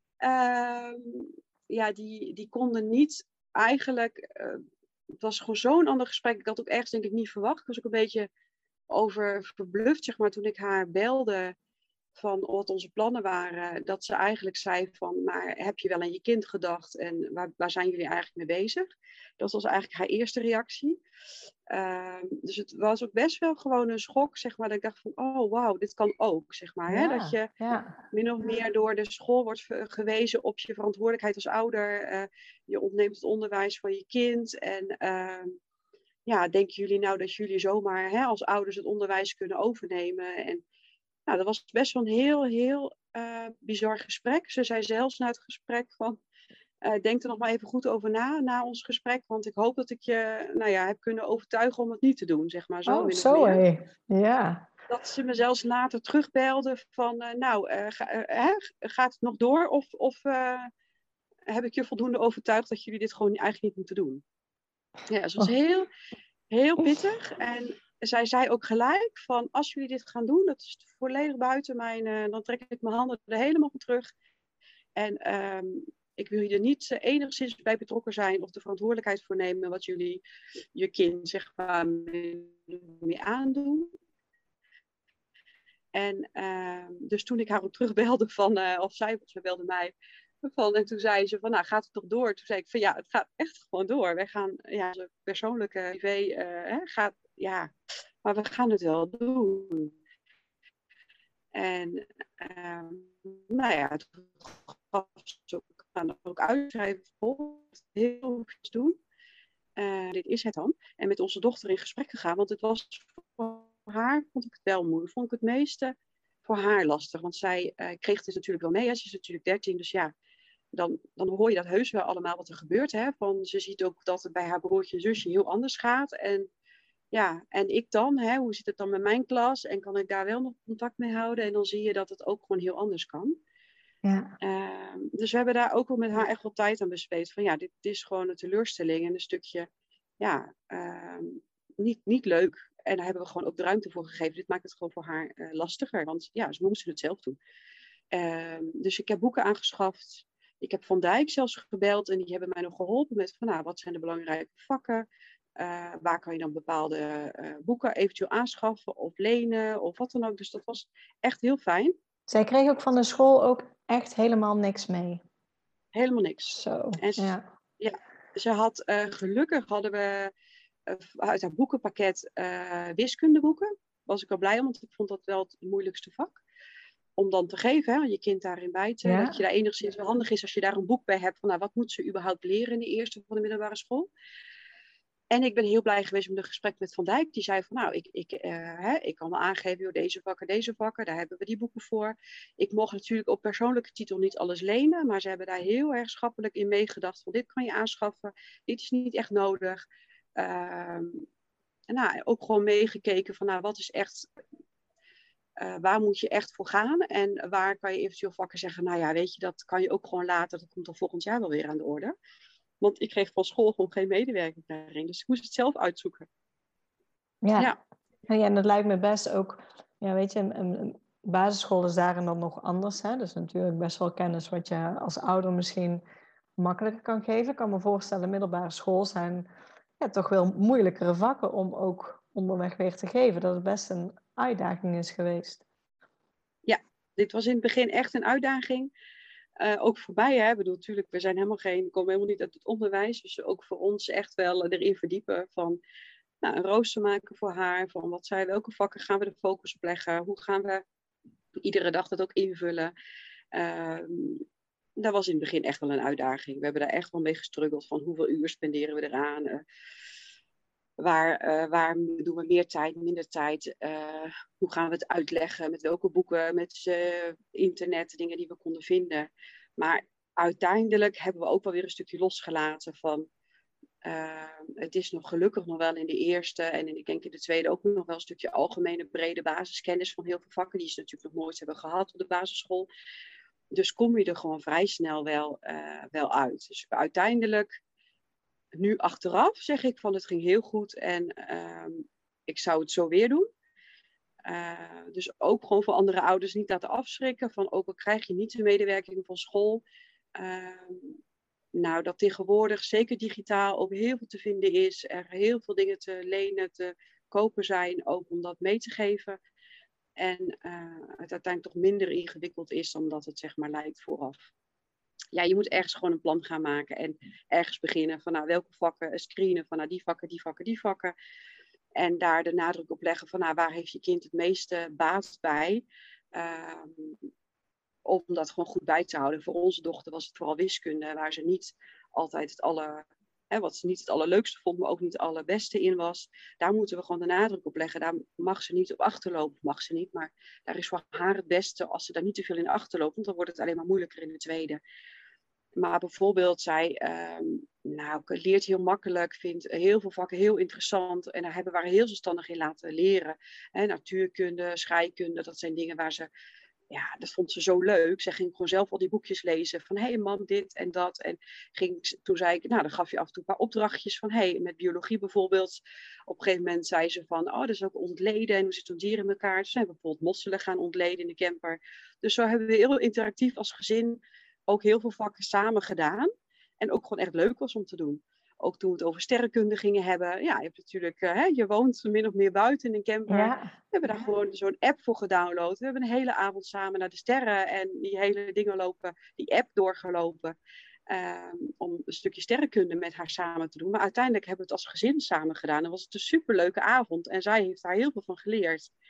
Die konden niet eigenlijk... het was gewoon zo'n ander gesprek. Ik had ook ergens denk ik niet verwacht. Ik was ook een beetje over verbluft, zeg maar, toen ik haar belde van wat onze plannen waren, dat ze eigenlijk zei van, maar heb je wel aan je kind gedacht en waar zijn jullie eigenlijk mee bezig? Dat was eigenlijk haar eerste reactie. Dus het was ook best wel gewoon een schok, zeg maar, dat ik dacht van, oh wauw, dit kan ook, zeg maar. Hè? Dat je min of meer door de school wordt gewezen op je verantwoordelijkheid als ouder. Je ontneemt het onderwijs van je kind en... denken jullie nou dat jullie zomaar als ouders het onderwijs kunnen overnemen? En dat was best wel een heel, heel bizar gesprek. Ze zei zelfs na het gesprek van, denk er nog maar even goed over na ons gesprek. Want ik hoop dat ik je heb kunnen overtuigen om het niet te doen, zeg maar. Zo min of meer. Ja. Dat ze me zelfs later terugbelde van, gaat het nog door? Of heb ik je voldoende overtuigd dat jullie dit gewoon eigenlijk niet moeten doen? Ja, het was heel, heel pittig. En zij zei ook gelijk van, als jullie dit gaan doen, dat is volledig buiten mijn... dan trek ik mijn handen er helemaal van terug. En ik wil je er niet enigszins bij betrokken zijn of de verantwoordelijkheid voor nemen wat jullie je kind, zeg maar, mee aandoen. En dus toen ik haar ook terugbelde ze belde mij... En toen zei ze van, gaat het toch door? Toen zei ik van, het gaat echt gewoon door. Wij gaan, onze persoonlijke privé gaat, maar we gaan het wel doen. En nou ja, het gaf ze ook uitschrijven voor, heel veel doen. Dit is het dan. En met onze dochter in gesprek gegaan, want het was voor haar, vond ik het wel moeilijk. Vond ik het meeste voor haar lastig. Want zij kreeg het natuurlijk wel mee. Hè? Ze is natuurlijk 13, dus ja, dan hoor je dat heus wel allemaal wat er gebeurt. Hè? Van, ze ziet ook dat het bij haar broertje en zusje heel anders gaat. En ja, en ik dan, hè? Hoe zit het dan met mijn klas? En kan ik daar wel nog contact mee houden? En dan zie je dat het ook gewoon heel anders kan. Ja. Dus we hebben daar ook wel met haar echt wel tijd aan besteed. Van ja, dit is gewoon een teleurstelling en een stukje, ja, niet leuk. En daar hebben we gewoon ook de ruimte voor gegeven. Dit maakt het gewoon voor haar lastiger. Want ja, ze moesten het zelf doen. Dus ik heb boeken aangeschaft. Ik heb Van Dijk zelfs gebeld. En die hebben mij nog geholpen met van, nou, wat zijn de belangrijke vakken? Waar kan je dan bepaalde boeken eventueel aanschaffen of lenen of wat dan ook. Dus dat was echt heel fijn. Zij kreeg ook van de school ook echt helemaal niks mee. Helemaal niks. Zo, En ze had, gelukkig hadden we uit haar boekenpakket wiskundeboeken. Was ik al blij om, want ik vond dat wel het moeilijkste vak. Om dan te geven, hè, je kind daarin bijten. Ja. Dat je daar enigszins wel handig is als je daar een boek bij hebt. Van nou, wat moet ze überhaupt leren in de eerste van de middelbare school? En ik ben heel blij geweest met een gesprek met Van Dijk. Die zei van nou, ik kan wel aangeven, joh, deze vakken, daar hebben we die boeken voor. Ik mocht natuurlijk op persoonlijke titel niet alles lenen. Maar ze hebben daar heel erg schappelijk in meegedacht. Van dit kan je aanschaffen, dit is niet echt nodig. En nou, ook gewoon meegekeken van nou, wat is echt... waar moet je echt voor gaan? En waar kan je eventueel vakken zeggen, nou ja, weet je, dat kan je ook gewoon later. Dat komt dan volgend jaar wel weer aan de orde. Want ik kreeg van school gewoon geen medewerking daarin. Dus ik moest het zelf uitzoeken. Ja. En dat lijkt me best ook... Ja, weet je, een basisschool is daarin dan nog anders. Hè? Dus natuurlijk best wel kennis wat je als ouder misschien makkelijker kan geven. Ik kan me voorstellen, middelbare school zijn toch wel moeilijkere vakken om ook onderweg weer te geven. Dat het best een uitdaging is geweest. Ja, dit was in het begin echt een uitdaging. Ook voor mij, hè. Ik bedoel, natuurlijk, we komen helemaal niet uit het onderwijs. Dus ook voor ons echt wel erin verdiepen van een rooster maken voor haar. Van welke vakken gaan we de focus op leggen? Hoe gaan we iedere dag dat ook invullen? Dat was in het begin echt wel een uitdaging. We hebben daar echt wel mee gestruggeld van hoeveel uur spenderen we eraan? Waar doen we meer tijd, minder tijd? Hoe gaan we het uitleggen? Met welke boeken? Met internet, dingen die we konden vinden. Maar uiteindelijk hebben we ook wel weer een stukje losgelaten van... het is nog gelukkig nog wel in de eerste en ik denk in de tweede ook nog wel een stukje algemene brede basiskennis van heel veel vakken die ze natuurlijk nog nooit hebben gehad op de basisschool. Dus kom je er gewoon vrij snel wel uit. Dus uiteindelijk, nu achteraf zeg ik van het ging heel goed en ik zou het zo weer doen. Dus ook gewoon voor andere ouders niet laten afschrikken van ook al krijg je niet de medewerking van school. Nou, dat tegenwoordig zeker digitaal ook heel veel te vinden is. Er heel veel dingen te lenen, te kopen zijn, ook om dat mee te geven. En het uiteindelijk toch minder ingewikkeld is dan dat het zeg maar lijkt vooraf. Ja, je moet ergens gewoon een plan gaan maken en ergens beginnen van nou, welke vakken, screenen van nou, die vakken, die vakken, die vakken. En daar de nadruk op leggen van nou, waar heeft je kind het meeste baat bij. Om dat gewoon goed bij te houden. Voor onze dochter was het vooral wiskunde, waar ze niet altijd wat ze niet het allerleukste vond, maar ook niet het allerbeste in was. Daar moeten we gewoon de nadruk op leggen. Daar mag ze niet op achterlopen, maar daar is voor haar het beste als ze daar niet te veel in achterloopt, want dan wordt het alleen maar moeilijker in de tweede. Maar bijvoorbeeld zij leert heel makkelijk, vindt heel veel vakken heel interessant en daar hebben we haar heel zelfstandig in laten leren. Natuurkunde, scheikunde, dat zijn dingen waar ze... Ja, dat vond ze zo leuk. Ze ging gewoon zelf al die boekjes lezen. Van, hé mam, dit en dat. En toen zei ik, nou, dan gaf je af en toe een paar opdrachtjes. Van, met biologie bijvoorbeeld. Op een gegeven moment zei ze van, dat is ook ontleden. En hoe zitten dieren in elkaar? Toen zijn we bijvoorbeeld mosselen gaan ontleden in de camper. Dus zo hebben we heel interactief als gezin ook heel veel vakken samen gedaan. En ook gewoon echt leuk was om te doen. Ook toen we het over sterrenkunde gingen hebben. Ja, je hebt natuurlijk, je woont min of meer buiten in een camper. Ja. We hebben daar gewoon zo'n app voor gedownload. We hebben een hele avond samen naar de sterren en die hele dingen lopen, die app doorgelopen. Om een stukje sterrenkunde met haar samen te doen. Maar uiteindelijk hebben we het als gezin samen gedaan. En was het een superleuke avond. En zij heeft daar heel veel van geleerd.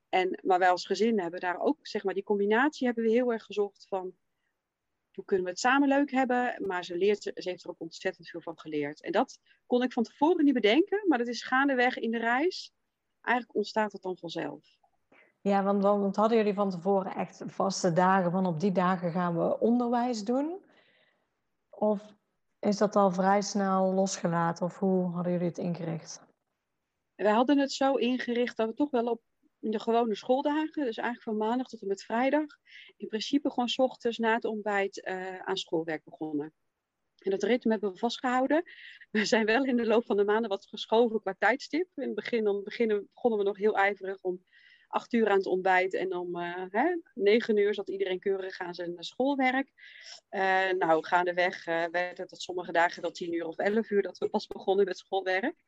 Maar wij als gezin hebben daar ook, zeg maar, die combinatie hebben we heel erg gezocht van hoe kunnen we het samen leuk hebben, maar ze heeft er ook ontzettend veel van geleerd. En dat kon ik van tevoren niet bedenken, maar dat is gaandeweg in de reis. Eigenlijk ontstaat het dan vanzelf. Ja, want hadden jullie van tevoren echt vaste dagen van op die dagen gaan we onderwijs doen? Of is dat al vrij snel losgelaten? Of hoe hadden jullie het ingericht? Wij hadden het zo ingericht dat we toch wel op de gewone schooldagen, dus eigenlijk van maandag tot en met vrijdag, in principe gewoon 's ochtends na het ontbijt aan schoolwerk begonnen. En dat ritme hebben we vastgehouden. We zijn wel in de loop van de maanden wat geschoven qua tijdstip. In het begin begonnen we nog heel ijverig om 8 uur aan het ontbijt en om 9 uur zat iedereen keurig aan zijn schoolwerk. Gaandeweg werd het sommige dagen tot 10 uur of 11 uur dat we pas begonnen met schoolwerk.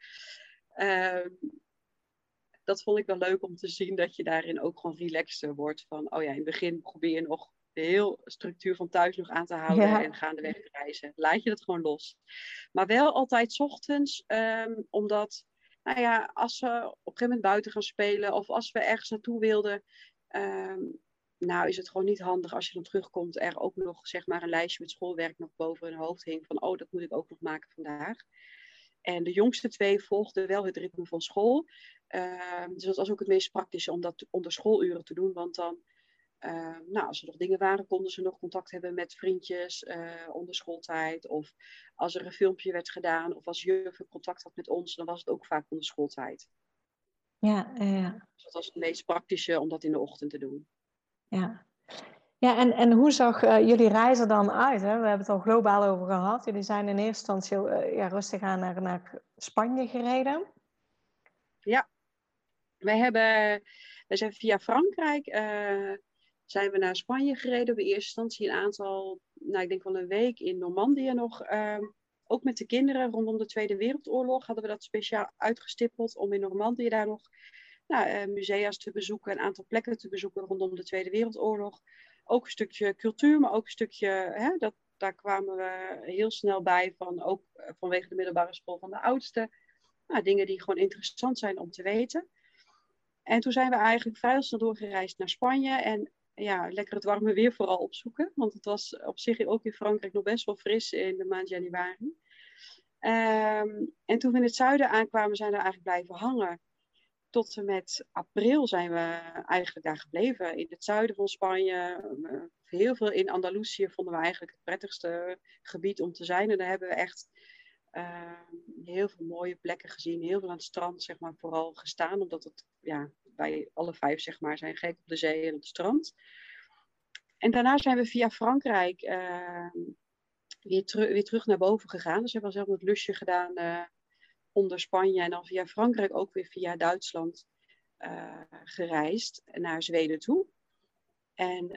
Dat vond ik wel leuk om te zien dat je daarin ook gewoon relaxter wordt. Van, in het begin probeer je nog de hele structuur van thuis nog aan te houden en gaandeweg te reizen. Laat je dat gewoon los. Maar wel altijd 's ochtends, omdat, als we op een gegeven moment buiten gaan spelen of als we ergens naartoe wilden, is het gewoon niet handig als je dan terugkomt er ook nog, zeg maar, een lijstje met schoolwerk nog boven hun hoofd hing van, dat moet ik ook nog maken vandaag. En de jongste 2 volgden wel het ritme van school. Dus dat was ook het meest praktische om dat onder schooluren te doen. Want dan, als er nog dingen waren, konden ze nog contact hebben met vriendjes onder schooltijd. Of als er een filmpje werd gedaan of als juf contact had met ons, dan was het ook vaak onder schooltijd. Ja. Dus dat was het meest praktische om dat in de ochtend te doen. Ja. Ja, en hoe zag jullie reis er dan uit? Hè? We hebben het al globaal over gehad. Jullie zijn in eerste instantie rustig aan naar Spanje gereden. Ja, wij zijn via Frankrijk zijn we naar Spanje gereden. Op de eerste instantie een aantal, ik denk wel een week in Normandië nog. Ook met de kinderen rondom de Tweede Wereldoorlog hadden we dat speciaal uitgestippeld om in Normandië daar nog musea's te bezoeken, een aantal plekken te bezoeken rondom de Tweede Wereldoorlog. Ook een stukje cultuur, maar ook een stukje, daar kwamen we heel snel bij van, ook vanwege de middelbare school van de oudste. Dingen die gewoon interessant zijn om te weten. En toen zijn we eigenlijk vrij snel doorgereisd naar Spanje. En lekker het warme weer vooral opzoeken. Want het was op zich ook in Frankrijk nog best wel fris in de maand januari. En toen we in het zuiden aankwamen, zijn we eigenlijk blijven hangen. Tot en met april zijn we eigenlijk daar gebleven. In het zuiden van Spanje. Heel veel in Andalusië vonden we eigenlijk het prettigste gebied om te zijn. En daar hebben we echt heel veel mooie plekken gezien. Heel veel aan het strand, zeg maar, vooral gestaan. Omdat het, wij alle 5, zeg maar, zijn gek op de zee en op het strand. En daarna zijn we via Frankrijk weer terug naar boven gegaan. Dus we hebben zelf het lusje gedaan onder Spanje. En dan via Frankrijk ook weer via Duitsland gereisd naar Zweden toe. En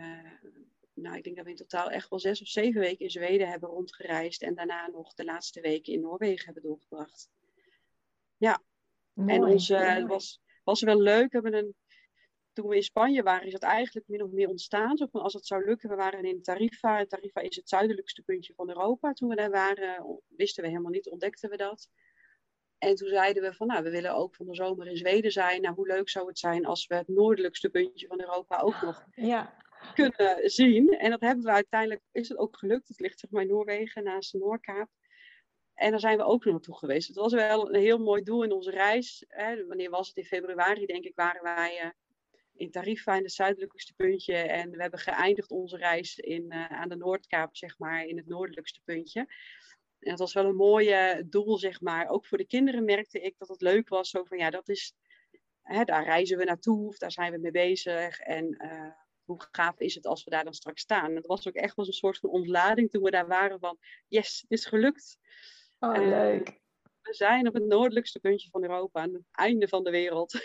ik denk dat we in totaal echt wel 6 of 7 weken in Zweden hebben rondgereisd. En daarna nog de laatste weken in Noorwegen hebben doorgebracht. Ja, mooi, en was wel leuk. Toen we in Spanje waren, is dat eigenlijk min of meer ontstaan. Zo van, als het zou lukken, we waren in Tarifa. En Tarifa is het zuidelijkste puntje van Europa. Toen we daar waren, wisten we helemaal niet, ontdekten we dat. En toen zeiden we van, we willen ook van de zomer in Zweden zijn. Nou, hoe leuk zou het zijn als we het noordelijkste puntje van Europa ook nog kunnen zien. En dat hebben we uiteindelijk, is het ook gelukt. Het ligt, zeg maar, in Noorwegen naast de Noordkaap. En daar zijn we ook nog naartoe geweest. Het was wel een heel mooi doel in onze reis. Wanneer was het? In februari, denk ik, waren wij in Tarifa, in het zuidelijkste puntje. En we hebben geëindigd onze reis aan de Noordkaap, zeg maar, in het noordelijkste puntje. En dat was wel een mooie doel, zeg maar. Ook voor de kinderen merkte ik dat het leuk was. Zo van, dat is, daar reizen we naartoe, of daar zijn we mee bezig. En hoe gaaf is het als we daar dan straks staan? En het was ook echt wel een soort van ontlading toen we daar waren van, yes, het is gelukt. Oh, leuk. We zijn op het noordelijkste puntje van Europa, aan het einde van de wereld.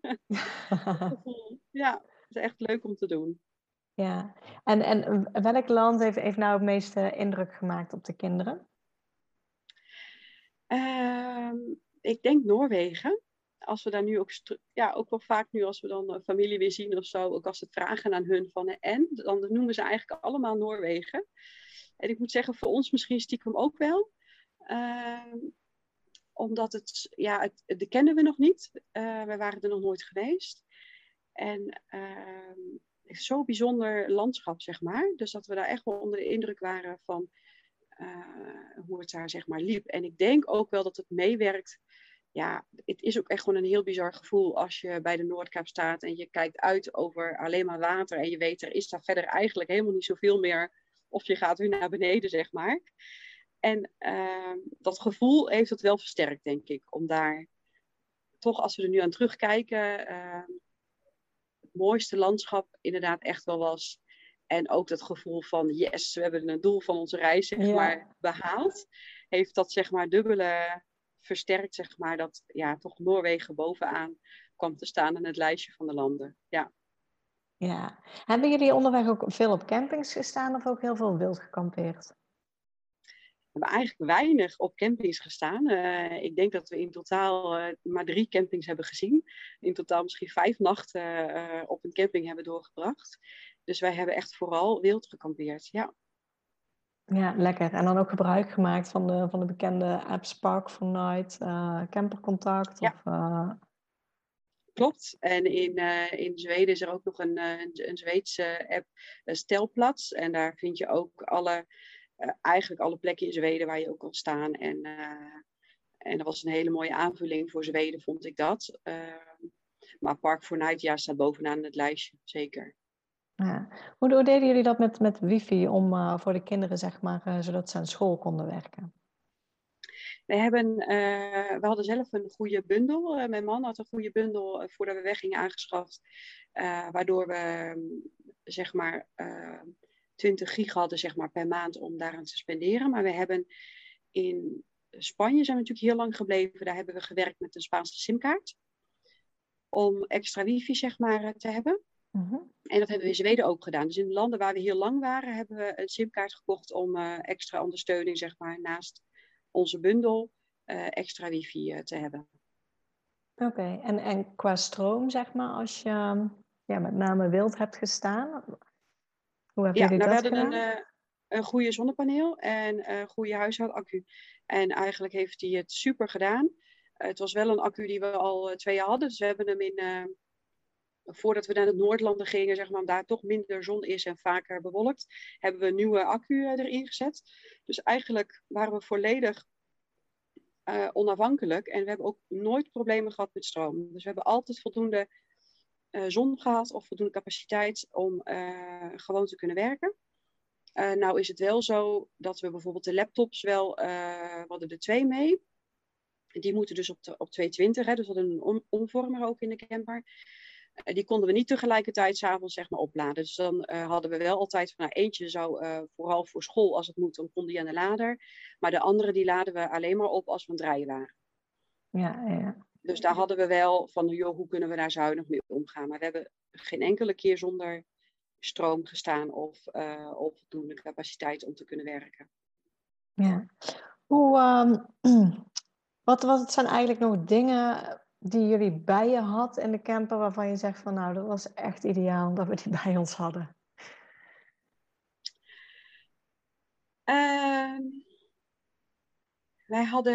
Ja, het is echt leuk om te doen. Ja, en welk land heeft nou het meeste indruk gemaakt op de kinderen? Ik denk Noorwegen. Als we daar nu ook wel vaak nu als we dan familie weer zien of zo, ook als ze vragen aan hun van dan noemen ze eigenlijk allemaal Noorwegen. En ik moet zeggen, voor ons misschien stiekem ook wel. Omdat die kennen we nog niet. We waren er nog nooit geweest. En zo'n bijzonder landschap, zeg maar. Dus dat we daar echt wel onder de indruk waren van hoe het daar zeg maar liep. En ik denk ook wel dat het meewerkt. Ja, het is ook echt gewoon een heel bizar gevoel als je bij de Noordkaap staat en je kijkt uit over alleen maar water en je weet er is daar verder eigenlijk helemaal niet zoveel meer of je gaat weer naar beneden, zeg maar. En dat gevoel heeft het wel versterkt, denk ik, om daar toch, als we er nu aan terugkijken, het mooiste landschap inderdaad echt wel was. En ook dat gevoel van, yes, we hebben een doel van onze reis, zeg maar, behaald. Heeft dat, zeg maar, dubbele versterkt, zeg maar, dat ja, toch Noorwegen bovenaan kwam te staan in het lijstje van de landen. Ja. Ja. Hebben jullie onderweg ook veel op campings gestaan of ook heel veel wild gekampeerd? We hebben eigenlijk weinig op campings gestaan. Ik denk dat we in totaal maar 3 campings hebben gezien. In totaal misschien 5 nachten op een camping hebben doorgebracht. Dus wij hebben echt vooral wild gekampeerd, ja. Ja, lekker. En dan ook gebruik gemaakt van de bekende apps Park for Night, Campercontact Ja. of... Klopt. En in Zweden is er ook nog een Zweedse app, Stelplats. En daar vind je ook eigenlijk alle plekken in Zweden waar je ook kan staan. En dat was een hele mooie aanvulling voor Zweden, vond ik dat. Maar Park for Night, ja, staat bovenaan het lijstje, zeker. Ja. Hoe deden jullie dat met wifi om voor de kinderen, zeg maar, zodat ze aan school konden werken? We hadden zelf een goede bundel. Mijn man had een goede bundel voordat we weggingen aangeschaft. Waardoor we zeg maar 20 gig hadden zeg maar, per maand om daaraan te spenderen. Maar we hebben in Spanje zijn we natuurlijk heel lang gebleven. Daar hebben we gewerkt met een Spaanse simkaart. Om extra wifi zeg maar, te hebben. Mm-hmm. En dat hebben we in Zweden ook gedaan. Dus in de landen waar we heel lang waren, hebben we een simkaart gekocht om extra ondersteuning zeg maar, naast onze bundel extra wifi te hebben. Oké. En qua stroom, zeg maar, als je met name wild hebt gestaan, hoe hebben jullie we dat hadden gedaan? een goede zonnepaneel en een goede huishoudaccu. En eigenlijk heeft hij het super gedaan. Het was wel een accu die we al 2 jaar hadden. Dus we hebben hem voordat we naar het Noordlanden gingen, zeg maar, daar toch minder zon is en vaker bewolkt, hebben we een nieuwe accu erin gezet. Dus eigenlijk waren we volledig onafhankelijk. En we hebben ook nooit problemen gehad met stroom. Dus we hebben altijd voldoende zon gehad of voldoende capaciteit om gewoon te kunnen werken. Nou is het wel zo dat we bijvoorbeeld de laptops we hadden er 2 mee. Die moeten dus op 220, hè, dus we hadden een omvormer ook in de camper. Die konden we niet tegelijkertijd 's avonds zeg maar, opladen. Dus dan hadden we wel altijd van eentje zou vooral voor school als het moet, dan kon die aan de lader. Maar de andere die laden we alleen maar op als we aan het rijden waren. Ja. Dus daar hadden we wel van, joh, hoe kunnen we daar zuinig mee omgaan? Maar we hebben geen enkele keer zonder stroom gestaan of voldoende capaciteit om te kunnen werken. Ja. Wat zijn eigenlijk nog dingen die jullie bij je had in de camper waarvan je zegt van nou, dat was echt ideaal dat we die bij ons hadden? Wij hadden,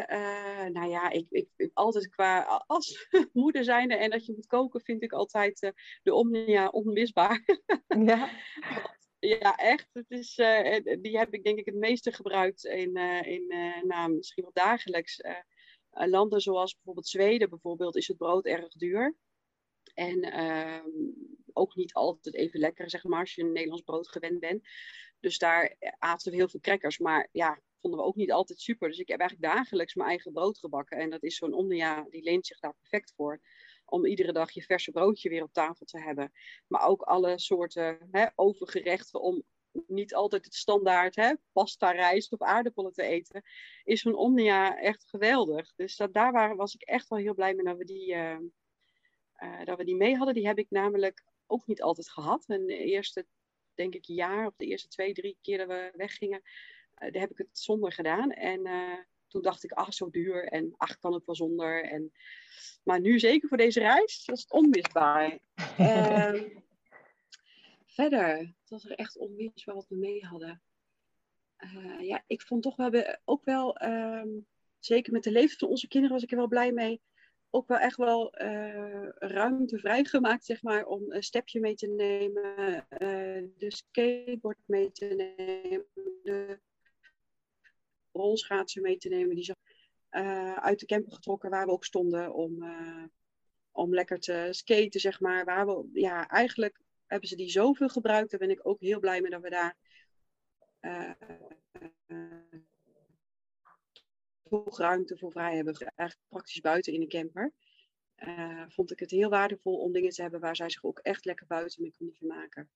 ik altijd als moeder zijnde en dat je moet koken, vind ik altijd de Omnia onmisbaar. Ja. Ja, echt. Het is, die heb ik denk ik het meeste gebruikt misschien wel dagelijks. Landen zoals bijvoorbeeld Zweden bijvoorbeeld is het brood erg duur. En ook niet altijd even lekker, zeg maar, als je een Nederlands brood gewend bent. Dus daar aten we heel veel crackers. Maar ja, vonden we ook niet altijd super. Dus ik heb eigenlijk dagelijks mijn eigen brood gebakken. En dat is zo'n Omnia, die leent zich daar perfect voor. Om iedere dag je verse broodje weer op tafel te hebben. Maar ook alle soorten overgerechten om niet altijd het standaard pasta, rijst of aardappelen te eten. Is zo'n Omnia echt geweldig. Dus was ik echt wel heel blij mee dat we die mee hadden. Die heb ik namelijk ook niet altijd gehad. En de eerste, denk ik, jaar of de eerste 2, 3 keer dat we weggingen, daar heb ik het zonder gedaan. En toen dacht ik, ach, zo duur. En ach, kan het wel zonder. Maar nu zeker voor deze reis, dat is onmisbaar. Verder, het was er echt onmisbaar wat we mee hadden. Ik vond toch, we hebben ook wel, zeker met de leeftijd van onze kinderen was ik er wel blij mee, ook wel echt wel ruimte vrijgemaakt, zeg maar, om een stepje mee te nemen, de skateboard mee te nemen, de rolschaatsen mee te nemen. Die uit de camper getrokken waar we ook stonden om lekker te skaten, zeg maar. Eigenlijk hebben ze die zoveel gebruikt. Daar ben ik ook heel blij mee dat we daar toch ruimte voor vrij hebben. Eigenlijk praktisch buiten in de camper. Vond ik het heel waardevol om dingen te hebben waar zij zich ook echt lekker buiten mee konden vermaken.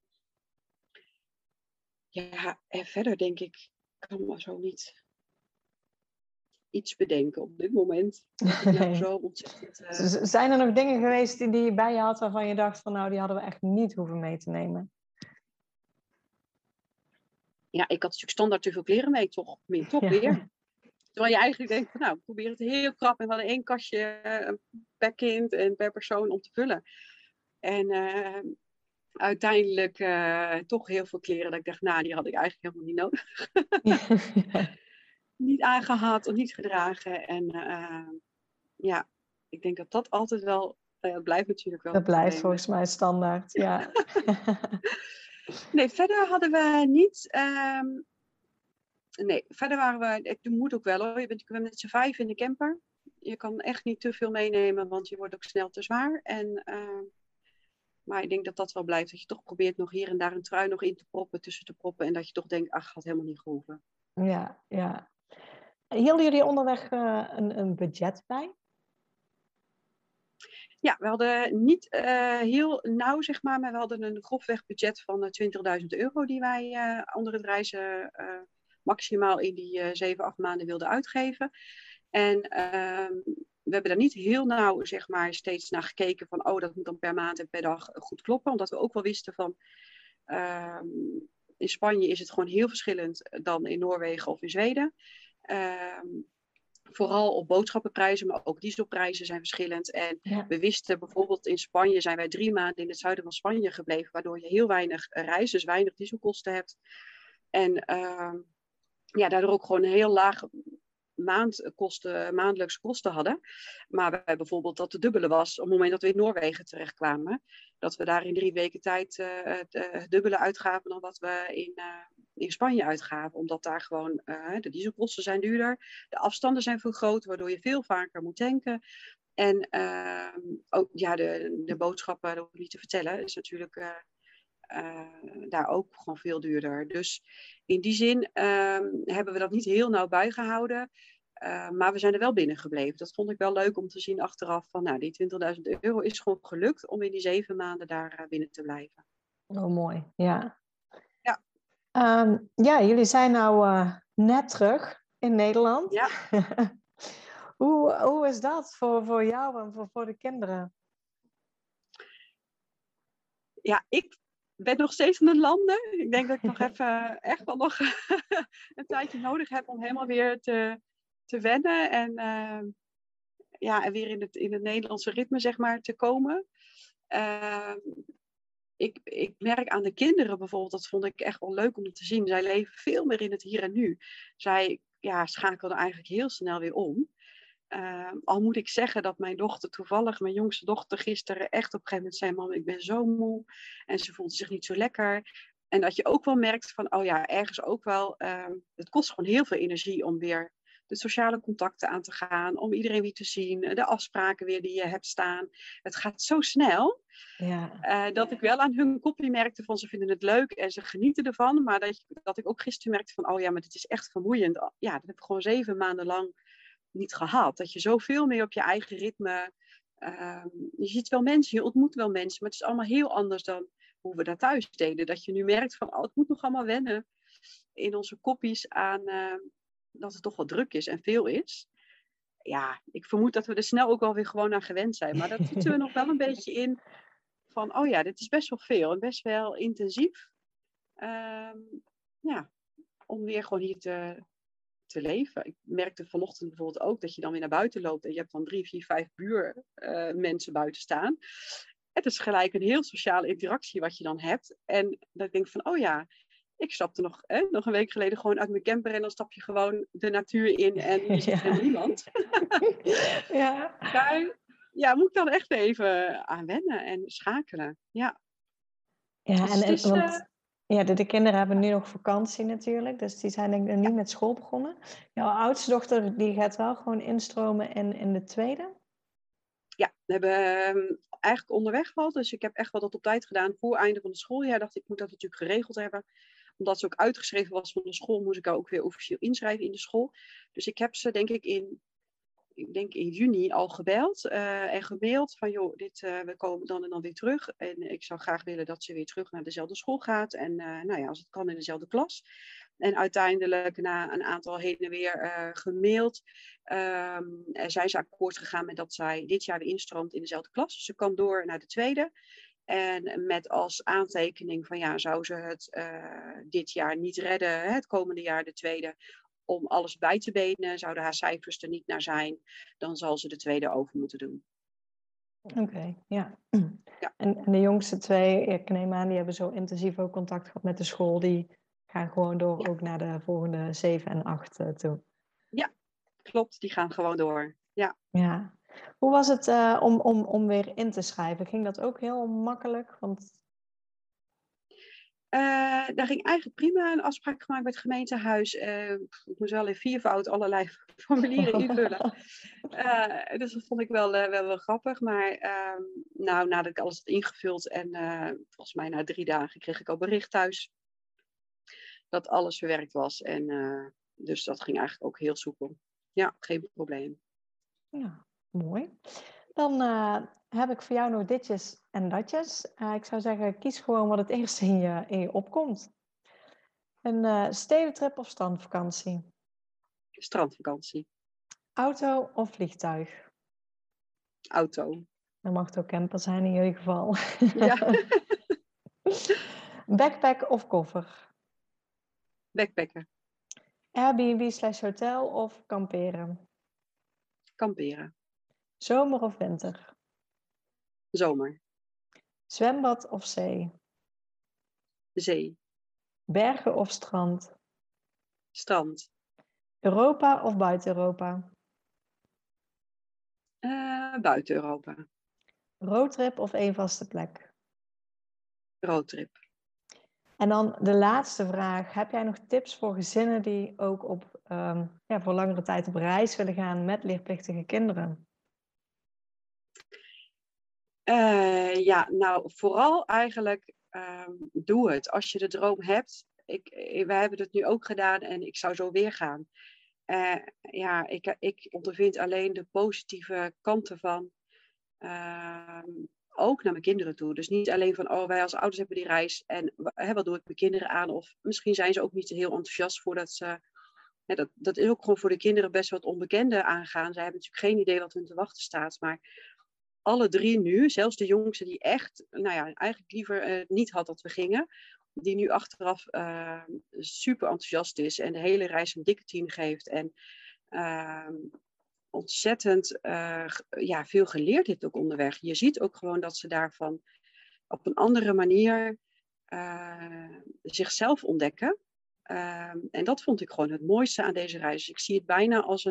Ja, en verder denk ik, kan maar zo niet iets bedenken op dit moment. Dat ik nou zo ontzettend... Zijn er nog dingen geweest die je bij je had waarvan je dacht van nou, die hadden we echt niet hoeven mee te nemen? Ja, ik had natuurlijk standaard te veel kleren mee, toch weer. Terwijl je eigenlijk denkt van nou, probeer het heel krap. En we hadden 1 kastje per kind en per persoon om te vullen. En uiteindelijk toch heel veel kleren dat ik dacht, nou, die had ik eigenlijk helemaal niet nodig. Niet aangehad of niet gedragen. En ja, ik denk dat dat altijd wel, het blijft natuurlijk wel. Dat blijft volgens mij standaard, ja. Nee, verder hadden we niet... nee, verder waren we... Het moet ook wel hoor. Je bent met z'n 5 in de camper. Je kan echt niet te veel meenemen, want je wordt ook snel te zwaar. En... maar ik denk dat dat wel blijft. Dat je toch probeert nog hier en daar een trui nog in te proppen, tussen te proppen. En dat je toch denkt, ach, had helemaal niet gehoeven. Ja, ja. Hielden jullie onderweg een budget bij? Ja, we hadden niet heel nauw, zeg maar we hadden een grofweg budget van €20.000 die wij onder het reizen maximaal in die 7, 8 maanden wilden uitgeven. En we hebben daar niet heel nauw, zeg maar, steeds naar gekeken van, oh, dat moet dan per maand en per dag goed kloppen. Omdat we ook wel wisten van, in Spanje is het gewoon heel verschillend dan in Noorwegen of in Zweden. Vooral op boodschappenprijzen, maar ook dieselprijzen zijn verschillend. En we wisten bijvoorbeeld in Spanje zijn wij 3 maanden in het zuiden van Spanje gebleven, waardoor je heel weinig reis, dus weinig dieselkosten hebt. En daardoor ook gewoon een heel laag maandelijkse kosten hadden. Maar wij bijvoorbeeld dat de dubbele was op het moment dat we in Noorwegen terechtkwamen. Dat we daar in 3 weken tijd het dubbele uitgaven dan wat we in Spanje uitgaven. Omdat daar gewoon de dieselkosten zijn duurder. De afstanden zijn veel groter, waardoor je veel vaker moet tanken. En ook de boodschappen, dat hoef ik niet te vertellen, is natuurlijk... daar ook gewoon veel duurder. Dus in die zin hebben we dat niet heel nauw bijgehouden. Maar we zijn er wel binnen gebleven. Dat vond ik wel leuk om te zien achteraf. Van, nou, die €20.000 is gewoon gelukt om in die 7 maanden daar binnen te blijven. Oh, mooi. Ja. Ja, Jullie zijn nou net terug in Nederland. Ja. Hoe is dat voor jou en voor de kinderen? Ja, ik ben nog steeds aan het landen. Ik denk dat ik nog even echt wel nog een tijdje nodig heb om helemaal weer te wennen. En en weer in het Nederlandse ritme, zeg maar, te komen. Ik merk aan de kinderen bijvoorbeeld, dat vond ik echt wel leuk om te zien. Zij leven veel meer in het hier en nu. Zij schakelden eigenlijk heel snel weer om. Al moet ik zeggen dat mijn dochter toevallig, mijn jongste dochter gisteren echt op een gegeven moment zei, mam, ik ben zo moe. En ze voelde zich niet zo lekker. En dat je ook wel merkt van, ergens ook wel, het kost gewoon heel veel energie om weer de sociale contacten aan te gaan, om iedereen weer te zien, de afspraken weer die je hebt staan. Het gaat zo snel, dat ik wel aan hun kopje merkte van, ze vinden het leuk en ze genieten ervan. Maar dat ik ook gisteren merkte van, maar dit is echt vermoeiend. Ja, dat heb ik gewoon 7 maanden lang niet gehad. Dat je zoveel meer op je eigen ritme... je ziet wel mensen, je ontmoet wel mensen, maar het is allemaal heel anders dan hoe we dat thuis deden. Dat je nu merkt van, het moet nog allemaal wennen in onze kopjes aan dat het toch wel druk is en veel is. Ja, ik vermoed dat we er snel ook wel weer gewoon aan gewend zijn. Maar dat zitten we nog wel een beetje in van, dit is best wel veel en best wel intensief. Om weer gewoon hier te leven. Ik merkte vanochtend bijvoorbeeld ook dat je dan weer naar buiten loopt en je hebt dan 3, 4, 5 buurmensen buiten staan. Het is gelijk een heel sociale interactie wat je dan hebt. En dat ik denk van, Ik stapte nog een week geleden gewoon uit mijn camper en dan stap je gewoon de natuur in en je ziet helemaal niemand. Ja. Daar moet ik dan echt even aan wennen en schakelen. Ja, Ja, dus het is... want de kinderen hebben nu nog vakantie natuurlijk, dus die zijn denk ik nog niet met school begonnen. Jouw oudste dochter die gaat wel gewoon instromen in de tweede? Ja, we hebben eigenlijk onderweg gehad. Dus ik heb echt wel dat op tijd gedaan voor het einde van het schooljaar. Dacht ik moet dat natuurlijk geregeld hebben. Omdat ze ook uitgeschreven was van de school, moest ik haar ook weer officieel inschrijven in de school. Dus ik heb ze denk ik in juni al gebeld en gemaild van joh, we komen dan en dan weer terug. En ik zou graag willen dat ze weer terug naar dezelfde school gaat. En als het kan in dezelfde klas. En uiteindelijk na een aantal heen en weer gemaild, zijn ze akkoord gegaan met dat zij dit jaar weer instroomt in dezelfde klas. Dus ze kan door naar de tweede. En met als aantekening van zou ze het dit jaar niet redden, het komende jaar de tweede, om alles bij te benen, zouden haar cijfers er niet naar zijn, dan zal ze de tweede over moeten doen. Oké, ja. Ja. En de jongste twee, ik neem aan, die hebben zo intensief ook contact gehad met de school, die gaan gewoon door ook naar de volgende 7 en 8 toe. Ja, klopt, die gaan gewoon door. Ja. Ja. Hoe was het om weer in te schrijven? Ging dat ook heel makkelijk? Want... Daar ging eigenlijk prima een afspraak gemaakt bij het gemeentehuis. Ik moest wel in viervoud allerlei formulieren invullen. Dus dat vond ik wel grappig. Maar nadat ik alles had ingevuld en volgens mij na 3 dagen kreeg ik al bericht thuis dat alles verwerkt was. En dus dat ging eigenlijk ook heel soepel. Ja, geen probleem. Ja, mooi. Dan heb ik voor jou nog ditjes en datjes. Ik zou zeggen, kies gewoon wat het eerste in je opkomt. Een stedentrip of strandvakantie? Strandvakantie. Auto of vliegtuig? Auto. Dat mag het ook camper zijn in ieder geval. Ja. Backpack of koffer? Backpacken. Airbnb/hotel of kamperen? Kamperen. Zomer of winter? Zomer. Zwembad of zee? Zee. Bergen of strand? Strand. Europa of buiten Europa? Buiten Europa. Roadtrip of één vaste plek? Roadtrip. En dan de laatste vraag. Heb jij nog tips voor gezinnen die ook voor langere tijd op reis willen gaan met leerplichtige kinderen? Vooral eigenlijk doe het. Als je de droom hebt. Wij hebben het nu ook gedaan en ik zou zo weer gaan. Ik ondervind alleen de positieve kanten van. Ook naar mijn kinderen toe. Dus niet alleen van, wij als ouders hebben die reis en wat doe ik mijn kinderen aan? Of misschien zijn ze ook niet heel enthousiast voor dat ze... Dat is ook gewoon voor de kinderen best wat onbekende aangaan. Zij hebben natuurlijk geen idee wat hun te wachten staat. Maar alle 3 nu, zelfs de jongste die echt, eigenlijk liever niet had dat we gingen. Die nu achteraf super enthousiast is en de hele reis een dikke 10 geeft. En ontzettend veel geleerd heeft ook onderweg. Je ziet ook gewoon dat ze daarvan op een andere manier zichzelf ontdekken. En dat vond ik gewoon het mooiste aan deze reis. Ik zie het bijna als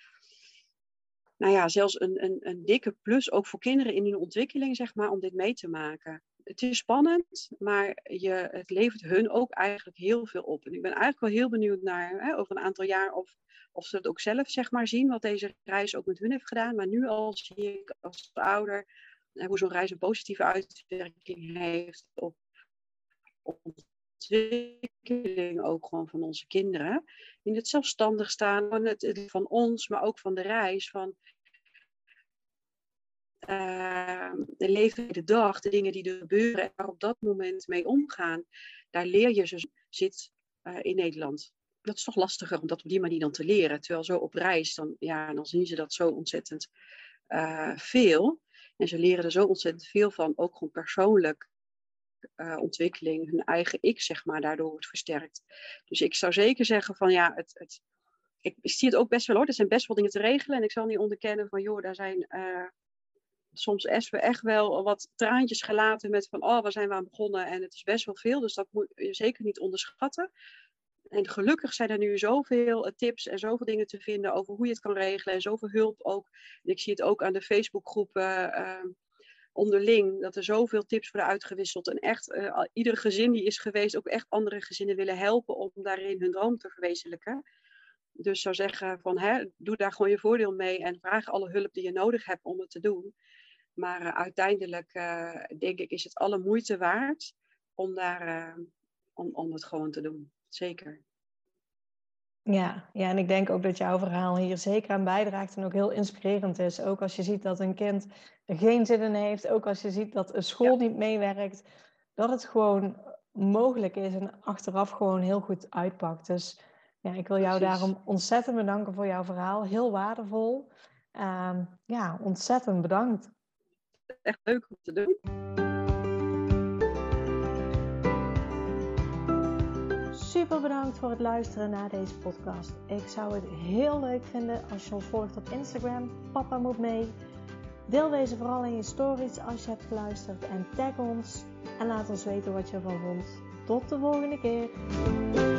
zelfs een dikke plus, ook voor kinderen in hun ontwikkeling, zeg maar, om dit mee te maken. Het is spannend, maar het levert hun ook eigenlijk heel veel op. En ik ben eigenlijk wel heel benieuwd naar, over een aantal jaar, of ze het ook zelf, zeg maar, zien, wat deze reis ook met hun heeft gedaan. Maar nu al zie ik als ouder hoe zo'n reis een positieve uitwerking heeft op ontwikkeling ook gewoon van onze kinderen. In het zelfstandig staan van ons, maar ook van de reis. Van de leven de dag, de dingen die er gebeuren en waar op dat moment mee omgaan. Daar leer je ze zit in Nederland. Dat is toch lastiger om dat op die manier dan te leren. Terwijl zo op reis, dan zien ze dat zo ontzettend veel. En ze leren er zo ontzettend veel van, ook gewoon persoonlijk. Ontwikkeling, hun eigen ik, zeg maar, daardoor wordt versterkt. Dus ik zou zeker zeggen van ik zie het ook best wel hoor, er zijn best wel dingen te regelen en ik zal niet onderkennen van daar zijn soms echt wel wat traantjes gelaten met van, waar zijn we aan begonnen? En het is best wel veel, dus dat moet je zeker niet onderschatten. En gelukkig zijn er nu zoveel tips en zoveel dingen te vinden over hoe je het kan regelen. En zoveel hulp ook. En ik zie het ook aan de Facebookgroepen onderling. Dat er zoveel tips worden uitgewisseld. En echt ieder gezin die is geweest ook echt andere gezinnen willen helpen om daarin hun droom te verwezenlijken. Dus zou zeggen van doe daar gewoon je voordeel mee. En vraag alle hulp die je nodig hebt om het te doen. Maar uiteindelijk denk ik is het alle moeite waard om om het gewoon te doen. Zeker. Ja, en ik denk ook dat jouw verhaal hier zeker aan bijdraagt en ook heel inspirerend is. Ook als je ziet dat een kind er geen zin in heeft, ook als je ziet dat een school niet meewerkt, dat het gewoon mogelijk is en achteraf gewoon heel goed uitpakt. Dus ja, ik wil jou daarom ontzettend bedanken voor jouw verhaal. Heel waardevol. Ontzettend bedankt. Echt leuk om te doen. Super bedankt voor het luisteren naar deze podcast. Ik zou het heel leuk vinden als je ons volgt op Instagram. Papa moet mee. Deel deze vooral in je stories als je hebt geluisterd. En tag ons. En laat ons weten wat je ervan vond. Tot de volgende keer.